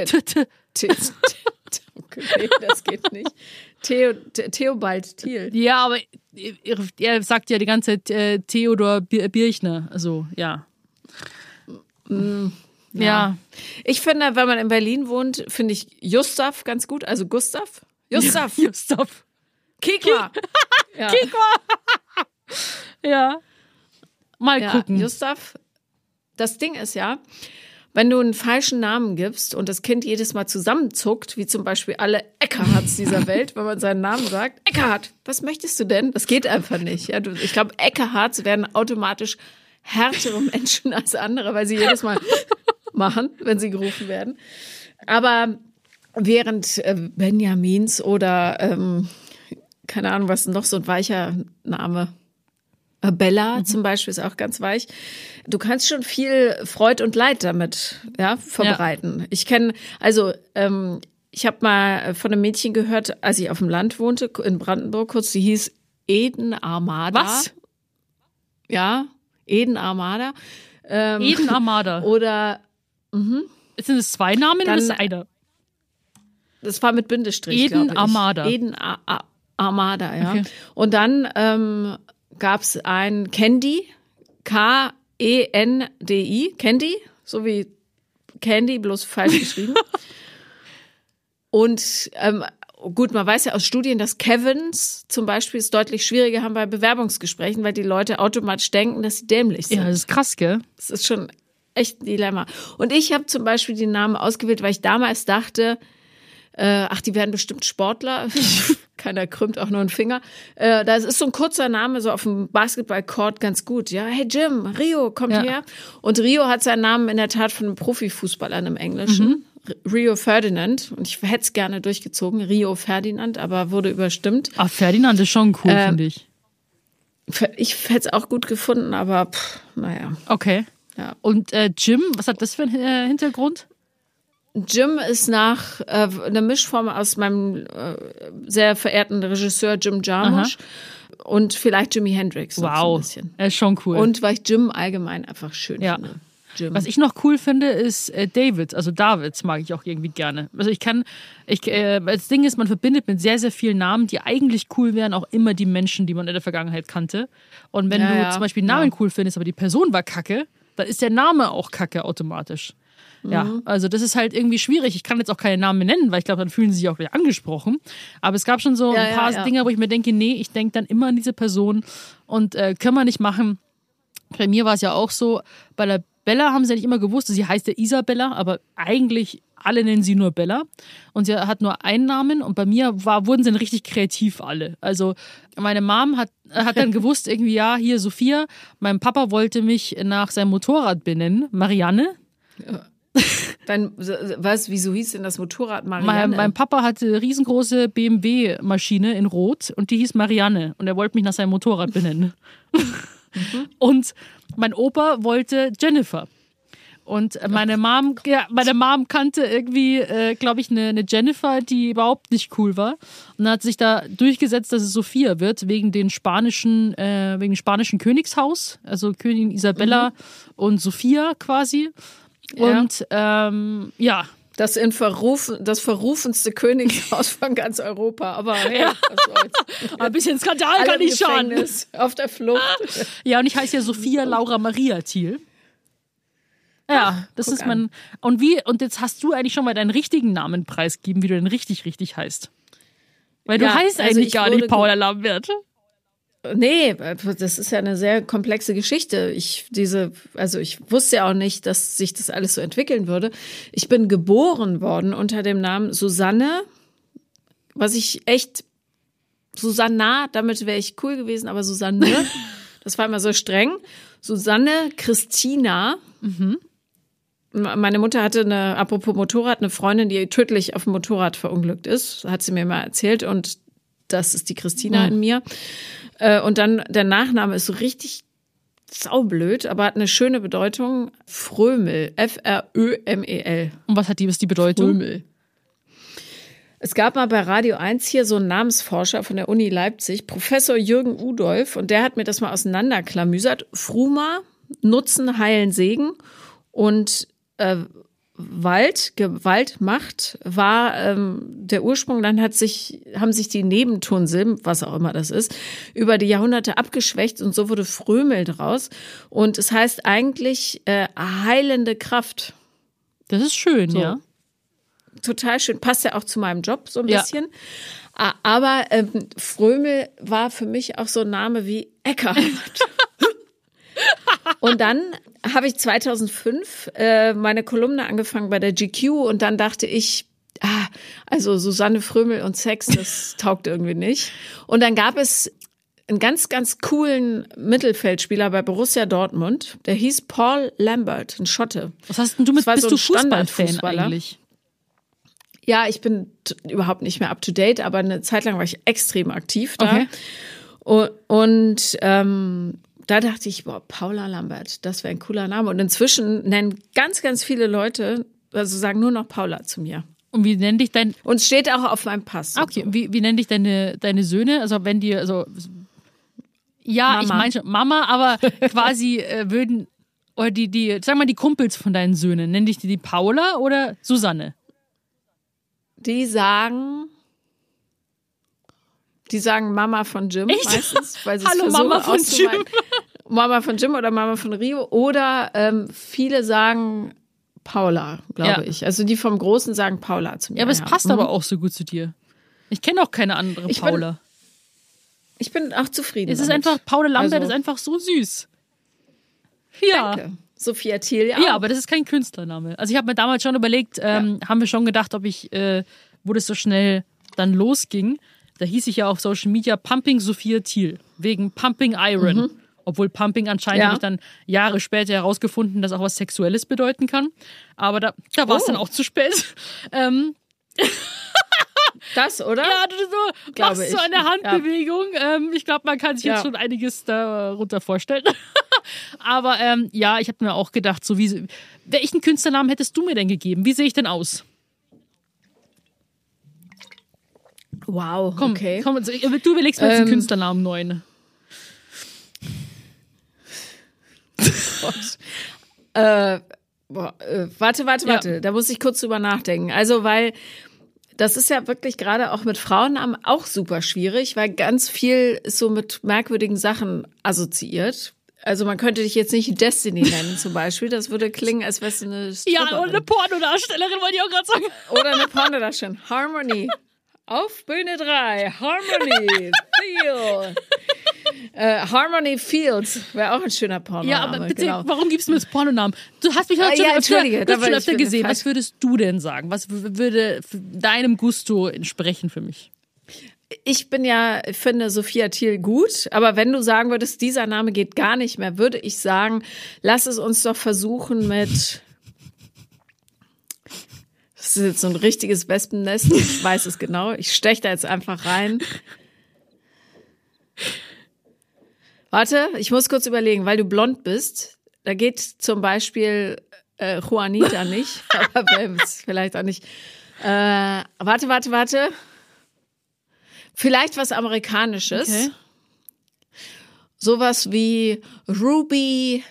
Okay, das geht nicht. Theo, Theobald Thiel. Ja, aber er sagt ja die ganze Zeit äh, Theodor Birchner. Also, ja. Mm, ja. ja. Ich finde, wenn man in Berlin wohnt, finde ich Gustav ganz gut. Also Gustav. Gustav. Ja, Gustav. Kikwa. Ja. Kikwa. Ja. Mal ja, gucken. Gustav. Das Ding ist ja, wenn du einen falschen Namen gibst und das Kind jedes Mal zusammenzuckt, wie zum Beispiel alle Eckehards dieser Welt, wenn man seinen Namen sagt, Eckehard, was möchtest du denn? Das geht einfach nicht. Ja, du, ich glaube, Eckehards werden automatisch härtere Menschen als andere, weil sie jedes Mal machen, wenn sie gerufen werden. Aber während äh, Benjamins oder, ähm, keine Ahnung, was noch so ein weicher Name, Bella mhm. zum Beispiel ist auch ganz weich. Du kannst schon viel Freud und Leid damit ja, verbreiten. Ja. Ich kenne, also ähm, ich habe mal von einem Mädchen gehört, als ich auf dem Land wohnte, in Brandenburg kurz, die hieß Eden Armada. Was? Ja, Eden Armada. Ähm, Eden Armada. Oder, mhm. Sind es zwei Namen Dann, oder ist es einer? Das war mit Bindestrich, Eden ich. Armada. Eden A- A- Armada, ja. Okay. Und dann ähm, gab es ein Candy, K E N D I, Candy, so wie Candy, bloß falsch geschrieben. Und ähm, gut, man weiß ja aus Studien, dass Kevins zum Beispiel es deutlich schwieriger haben bei Bewerbungsgesprächen, weil die Leute automatisch denken, dass sie dämlich sind. Ja, das ist krass, gell? Das ist schon echt ein Dilemma. Und ich habe zum Beispiel den Namen ausgewählt, weil ich damals dachte, Äh, ach, die werden bestimmt Sportler. Keiner krümmt auch nur einen Finger. Äh, das ist so ein kurzer Name, so auf dem Basketballcourt ganz gut. Ja, hey Jim, Rio kommt Ja. her. Und Rio hat seinen Namen in der Tat von einem Profifußballer im Englischen. Mhm. Rio Ferdinand. Und ich hätte es gerne durchgezogen. Rio Ferdinand, aber wurde überstimmt. Ach, Ferdinand ist schon cool, Äh, finde ich. Ich hätte es auch gut gefunden, aber pff, naja. Okay. Ja. Und äh, Jim, was hat das für einen äh, Hintergrund? Jim ist nach äh, einer Mischform aus meinem äh, sehr verehrten Regisseur Jim Jarmusch und vielleicht Jimi Hendrix. noch So ein Wow, bisschen. er ist schon cool. Und weil ich Jim allgemein einfach schön Ja. finde. Jim. Was ich noch cool finde, ist äh, David, also Davids mag ich auch irgendwie gerne. Also ich kann, ich, äh, das Ding ist, man verbindet mit sehr, sehr vielen Namen, die eigentlich cool wären, auch immer die Menschen, die man in der Vergangenheit kannte. Und wenn Ja, du ja. zum Beispiel einen Namen Ja. cool findest, aber die Person war kacke, dann ist der Name auch kacke automatisch. Ja, Mhm. also das ist halt irgendwie schwierig. Ich kann jetzt auch keine Namen mehr nennen, weil ich glaube, dann fühlen sie sich auch gleich angesprochen. Aber es gab schon so Ja, ein paar ja, ja. Dinge, wo ich mir denke, nee, ich denke dann immer an diese Person und äh, können wir nicht machen. Bei mir war es ja auch so, bei der Bella haben sie ja nicht immer gewusst, sie heißt ja Isabella, aber eigentlich alle nennen sie nur Bella. Und sie hat nur einen Namen und bei mir war, wurden sie dann richtig kreativ alle. Also meine Mom hat, hat dann gewusst, irgendwie, ja, hier Sophia, mein Papa wollte mich nach seinem Motorrad benennen, Marianne. Dann, was, wieso hieß denn das Motorrad Mein, Marianne? mein Papa hatte eine riesengroße B M W-Maschine in Rot und die hieß Marianne und er wollte mich nach seinem Motorrad benennen. Und mein Opa wollte Jennifer. Und meine Mom, ja, meine Mom kannte irgendwie, äh, glaube ich, eine, eine Jennifer, die überhaupt nicht cool war. Und dann hat sich da durchgesetzt, dass es Sophia wird, wegen den spanischen, äh, wegen dem spanischen Königshaus, also Königin Isabella mhm. und Sophia quasi. Und ja, ähm, ja. Das, in Verrufen, das verrufenste Königshaus von ganz Europa. Aber hey, was soll's. Ein bisschen Skandal Alle kann im nicht schaden. Gefängnis, auf der Flucht. Ja, und ich heiße ja Sophia Laura Maria Thiel. Ja, das guck ist mein. an. Und wie, und jetzt hast du eigentlich schon mal deinen richtigen Namen preisgeben, wie du denn richtig, richtig heißt. Weil du Ja, heißt also eigentlich ich gar wurde nicht Paula Lambert. Nee, das ist ja eine sehr komplexe Geschichte. Ich diese, also ich wusste ja auch nicht, dass sich das alles so entwickeln würde. Ich bin geboren worden unter dem Namen Susanne, was ich echt Susanna, damit wäre ich cool gewesen, aber Susanne, das war immer so streng. Susanne Christina. Mhm. Meine Mutter hatte eine, apropos Motorrad, eine Freundin, die tödlich auf dem Motorrad verunglückt ist, hat sie mir mal erzählt und das ist die Christina mhm. in mir. Und dann, der Nachname ist so richtig saublöd, aber hat eine schöne Bedeutung. Frömel. F R Ö M E L. Und was hat die, was die Bedeutung? Frömel. Es gab mal bei Radio eins hier so einen Namensforscher von der Uni Leipzig, Professor Jürgen Udolf, und der hat mir das mal auseinanderklamüsert. Fruma, Nutzen, Heilen, Segen und äh, Wald, Gewalt, Macht war ähm, der Ursprung. Dann hat sich, haben sich die Nebentonsilben, was auch immer das ist, über die Jahrhunderte abgeschwächt und so wurde Frömel draus. Und es heißt eigentlich äh, heilende Kraft. Das ist schön, So. ja. Total schön. Passt ja auch zu meinem Job so ein Ja. bisschen. A- Aber ähm, Frömel war für mich auch so ein Name wie Eckhart. Und dann habe ich zweitausendfünf äh, meine Kolumne angefangen bei der G Q und dann dachte ich, ah, also Susanne Frömel und Sex, das taugt irgendwie nicht. Und dann gab es einen ganz, ganz coolen Mittelfeldspieler bei Borussia Dortmund, der hieß Paul Lambert, ein Schotte. Was hast denn du mit, Das war bist so du ein Fußballfan Standardfußballer. eigentlich? Ja, ich bin t- überhaupt nicht mehr up to date, aber eine Zeit lang war ich extrem aktiv da. Okay. Und, und ähm, da dachte ich, boah, Paula Lambert, das wäre ein cooler Name. Und inzwischen nennen ganz, ganz viele Leute, also sagen nur noch Paula zu mir. Und wie nennt dich dein, Und es steht auch auf meinem Pass. ah, okay, wie, wie nennen dich deine, deine Söhne? Also wenn die, also, ja, Mama. ich meine schon Mama, aber quasi äh, würden, oder die, die, sag mal, die Kumpels von deinen Söhnen, nennen dich die, die Paula oder Susanne? Die sagen, die sagen Mama von Jim Echt? meistens. Weil sie es Hallo, versuchen Mama von auszuweiten. Mama von Jim oder Mama von Rio. Oder ähm, viele sagen Paula, glaube Ja. ich. Also die vom Großen sagen Paula zu mir. Ja, aber es passt Mhm. aber auch so gut zu dir. Ich kenne auch keine andere Ich bin Paula. Ich bin auch zufrieden Es ist damit. einfach, Paula Lambert Also- ist einfach so süß. Ja. Danke. Sophia Thiel, ja. Ja, aber das ist kein Künstlername. Also ich habe mir damals schon überlegt, ähm, haben wir schon gedacht, ob ich, äh, wo das so schnell dann losging, da hieß ich ja auf Social Media Pumping Sophia Thiel, wegen Pumping Iron. Mhm. Obwohl Pumping anscheinend ja. habe ich dann Jahre später herausgefunden, dass auch was Sexuelles bedeuten kann. Aber da, da war es oh. dann auch zu spät. Ähm. Das, oder? Ja, du so, glaube machst ich. so eine Handbewegung. Ja. Ähm, ich glaube, man kann sich ja. jetzt schon einiges darunter vorstellen. Aber ähm, ja, ich habe mir auch gedacht, so wie, welchen Künstlernamen hättest du mir denn gegeben? Wie sehe ich denn aus? Wow, komm, okay. Komm, du überlegst mir jetzt einen ähm, Künstlernamen neuen. äh, boah, äh, warte, warte, warte. Ja. Da muss ich kurz drüber nachdenken. Also, weil das ist ja wirklich gerade auch mit Frauennamen auch super schwierig, weil ganz viel ist so mit merkwürdigen Sachen assoziiert. Also man könnte dich jetzt nicht Destiny nennen zum Beispiel. Das würde klingen, als wärst du eine Stripperin. Ja, oder eine Pornodarstellerin, wollte ich auch gerade sagen. Oder eine Pornodarstellerin. Harmony. Auf Bühne drei. Harmony. Feel. Äh, Harmony Fields wäre auch ein schöner Pornoname. Ja, aber bitte, genau. Warum gibst du mir das Pornonamen? Du hast mich heute schon, ja, öfter, da schon öfter gesehen. Was würdest du denn sagen? Was würde deinem Gusto entsprechen für mich? Ich bin ja, ich finde Sophia Thiel gut, aber wenn du sagen würdest, dieser Name geht gar nicht mehr, würde ich sagen, lass es uns doch versuchen mit... Das ist jetzt so ein richtiges Wespennest, ich weiß es genau. Ich steche da jetzt einfach rein. Warte, ich muss kurz überlegen, weil du blond bist. Da geht zum Beispiel äh, Juanita nicht, aber vielleicht auch nicht. Äh, warte, warte, warte. Vielleicht was Amerikanisches. Okay. Sowas wie Ruby...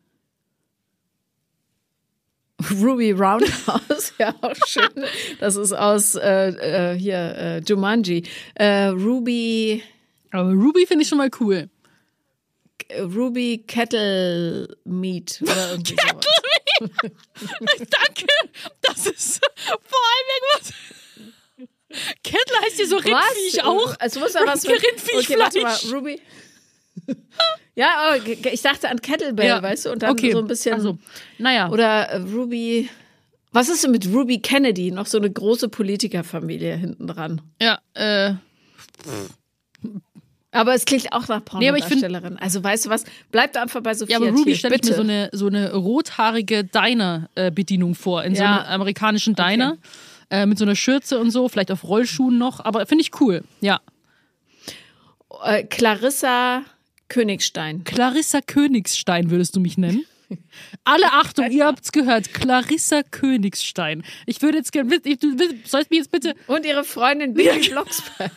Ruby Roundhouse, ja auch schön. Das ist aus äh, äh, hier äh, Jumanji. Äh, Ruby. Aber Ruby finde ich schon mal cool. Ruby Kettle Meat oder irgendwie Kettle sowas. Meat. Danke. Das ist vor allem irgendwas. Kettle heißt hier so Rindviech was? Auch. Es muss ja was mit Rindviechfleisch. Okay, warte mal, Ruby. Ja, oh, ich dachte an Kettlebell, ja. Weißt du, und dann okay. so ein bisschen. Also, naja. Oder Ruby. Was ist denn mit Ruby Kennedy? Noch so eine große Politikerfamilie hinten dran. Ja, äh. Aber es klingt auch nach Pornodarstellerin. Nee, also weißt du was? Bleibt einfach bei Sophia Ja, aber Ruby Thiel, stelle ich mir so eine, so eine rothaarige Diner-Bedienung vor. In ja. so einem amerikanischen Diner. Okay. Äh, mit so einer Schürze und so. Vielleicht auf Rollschuhen noch. Aber finde ich cool. Ja. Äh, Clarissa Königstein. Clarissa Königstein würdest du mich nennen? Alle Achtung, ihr habt's gehört. Clarissa Königstein. Ich würde jetzt gerne wissen, du sollst mich jetzt bitte... Und ihre Freundin Bibi Blocksberg.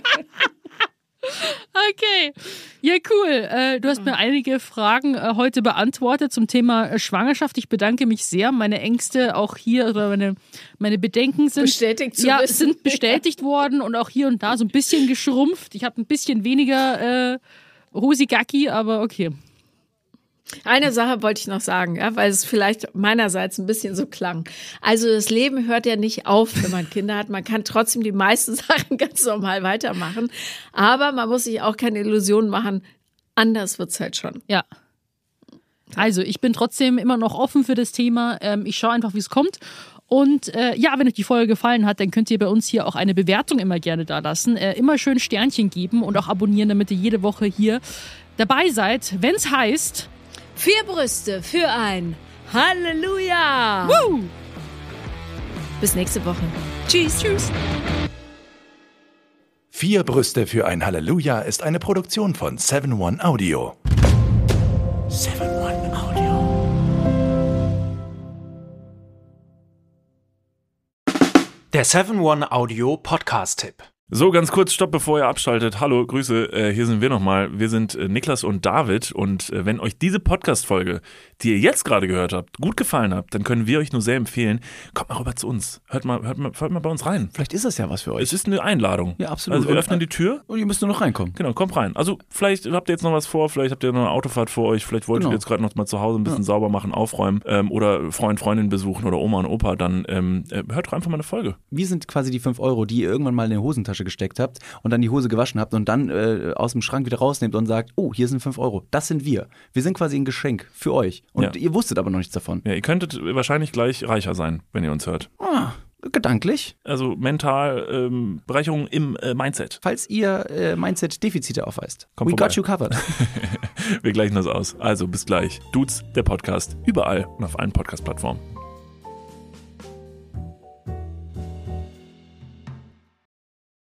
Okay, ja cool. Äh, du hast mir einige Fragen äh, heute beantwortet zum Thema äh, Schwangerschaft. Ich bedanke mich sehr. Meine Ängste auch hier oder meine, meine Bedenken sind bestätigt, zu ja, wissen. sind bestätigt worden und auch hier und da so ein bisschen geschrumpft. Ich habe ein bisschen weniger äh, Hosigaki, aber okay. Eine Sache wollte ich noch sagen, ja, weil es vielleicht meinerseits ein bisschen so klang. Also das Leben hört ja nicht auf, wenn man Kinder hat. Man kann trotzdem die meisten Sachen ganz normal weitermachen. Aber man muss sich auch keine Illusionen machen. Anders wird's halt schon. Ja. Also ich bin trotzdem immer noch offen für das Thema. Ähm, ich schaue einfach, wie es kommt. Und äh, ja, wenn euch die Folge gefallen hat, dann könnt ihr bei uns hier auch eine Bewertung immer gerne da lassen. Äh, immer schön Sternchen geben und auch abonnieren, damit ihr jede Woche hier dabei seid, wenn es heißt... Vier Brüste für ein Halleluja! Woo! Bis nächste Woche. Tschüss. Tschüss. Vier Brüste für ein Halleluja ist eine Produktion von seven one Audio. seven one Audio. Der seven one Audio Podcast-Tipp. So, ganz kurz, stopp, bevor ihr abschaltet. Hallo, Grüße, äh, hier sind wir nochmal. Wir sind äh, Niklas und David und äh, wenn euch diese Podcast-Folge, die ihr jetzt gerade gehört habt, gut gefallen habt, dann können wir euch nur sehr empfehlen, kommt mal rüber zu uns. Hört mal, hört mal, hört mal bei uns rein. Vielleicht ist das ja was für euch. Es ist eine Einladung. Ja, absolut. Also wir öffnen die Tür. Und ihr müsst nur noch reinkommen. Genau, kommt rein. Also vielleicht habt ihr jetzt noch was vor, vielleicht habt ihr noch eine Autofahrt vor euch, vielleicht wollt genau. ihr jetzt gerade noch mal zu Hause ein bisschen ja. sauber machen, aufräumen ähm, oder Freund, Freundin besuchen oder Oma und Opa, dann ähm, hört doch einfach mal eine Folge. Wir sind quasi die fünf Euro, die ihr irgendwann mal in die Hosentasche gesteckt habt und dann die Hose gewaschen habt und dann äh, aus dem Schrank wieder rausnehmt und sagt, oh, hier sind fünf Euro. Das sind wir. Wir sind quasi ein Geschenk für euch. Und ja. ihr wusstet aber noch nichts davon. Ja, ihr könntet wahrscheinlich gleich reicher sein, wenn ihr uns hört. Ah. Gedanklich. Also mental, ähm, Bereicherung im äh, Mindset. Falls ihr äh, Mindset-Defizite aufweist. Kommt We vorbei. got you covered. Wir gleichen das aus. Also bis gleich. Dudes, der Podcast. Überall und auf allen Podcast-Plattformen.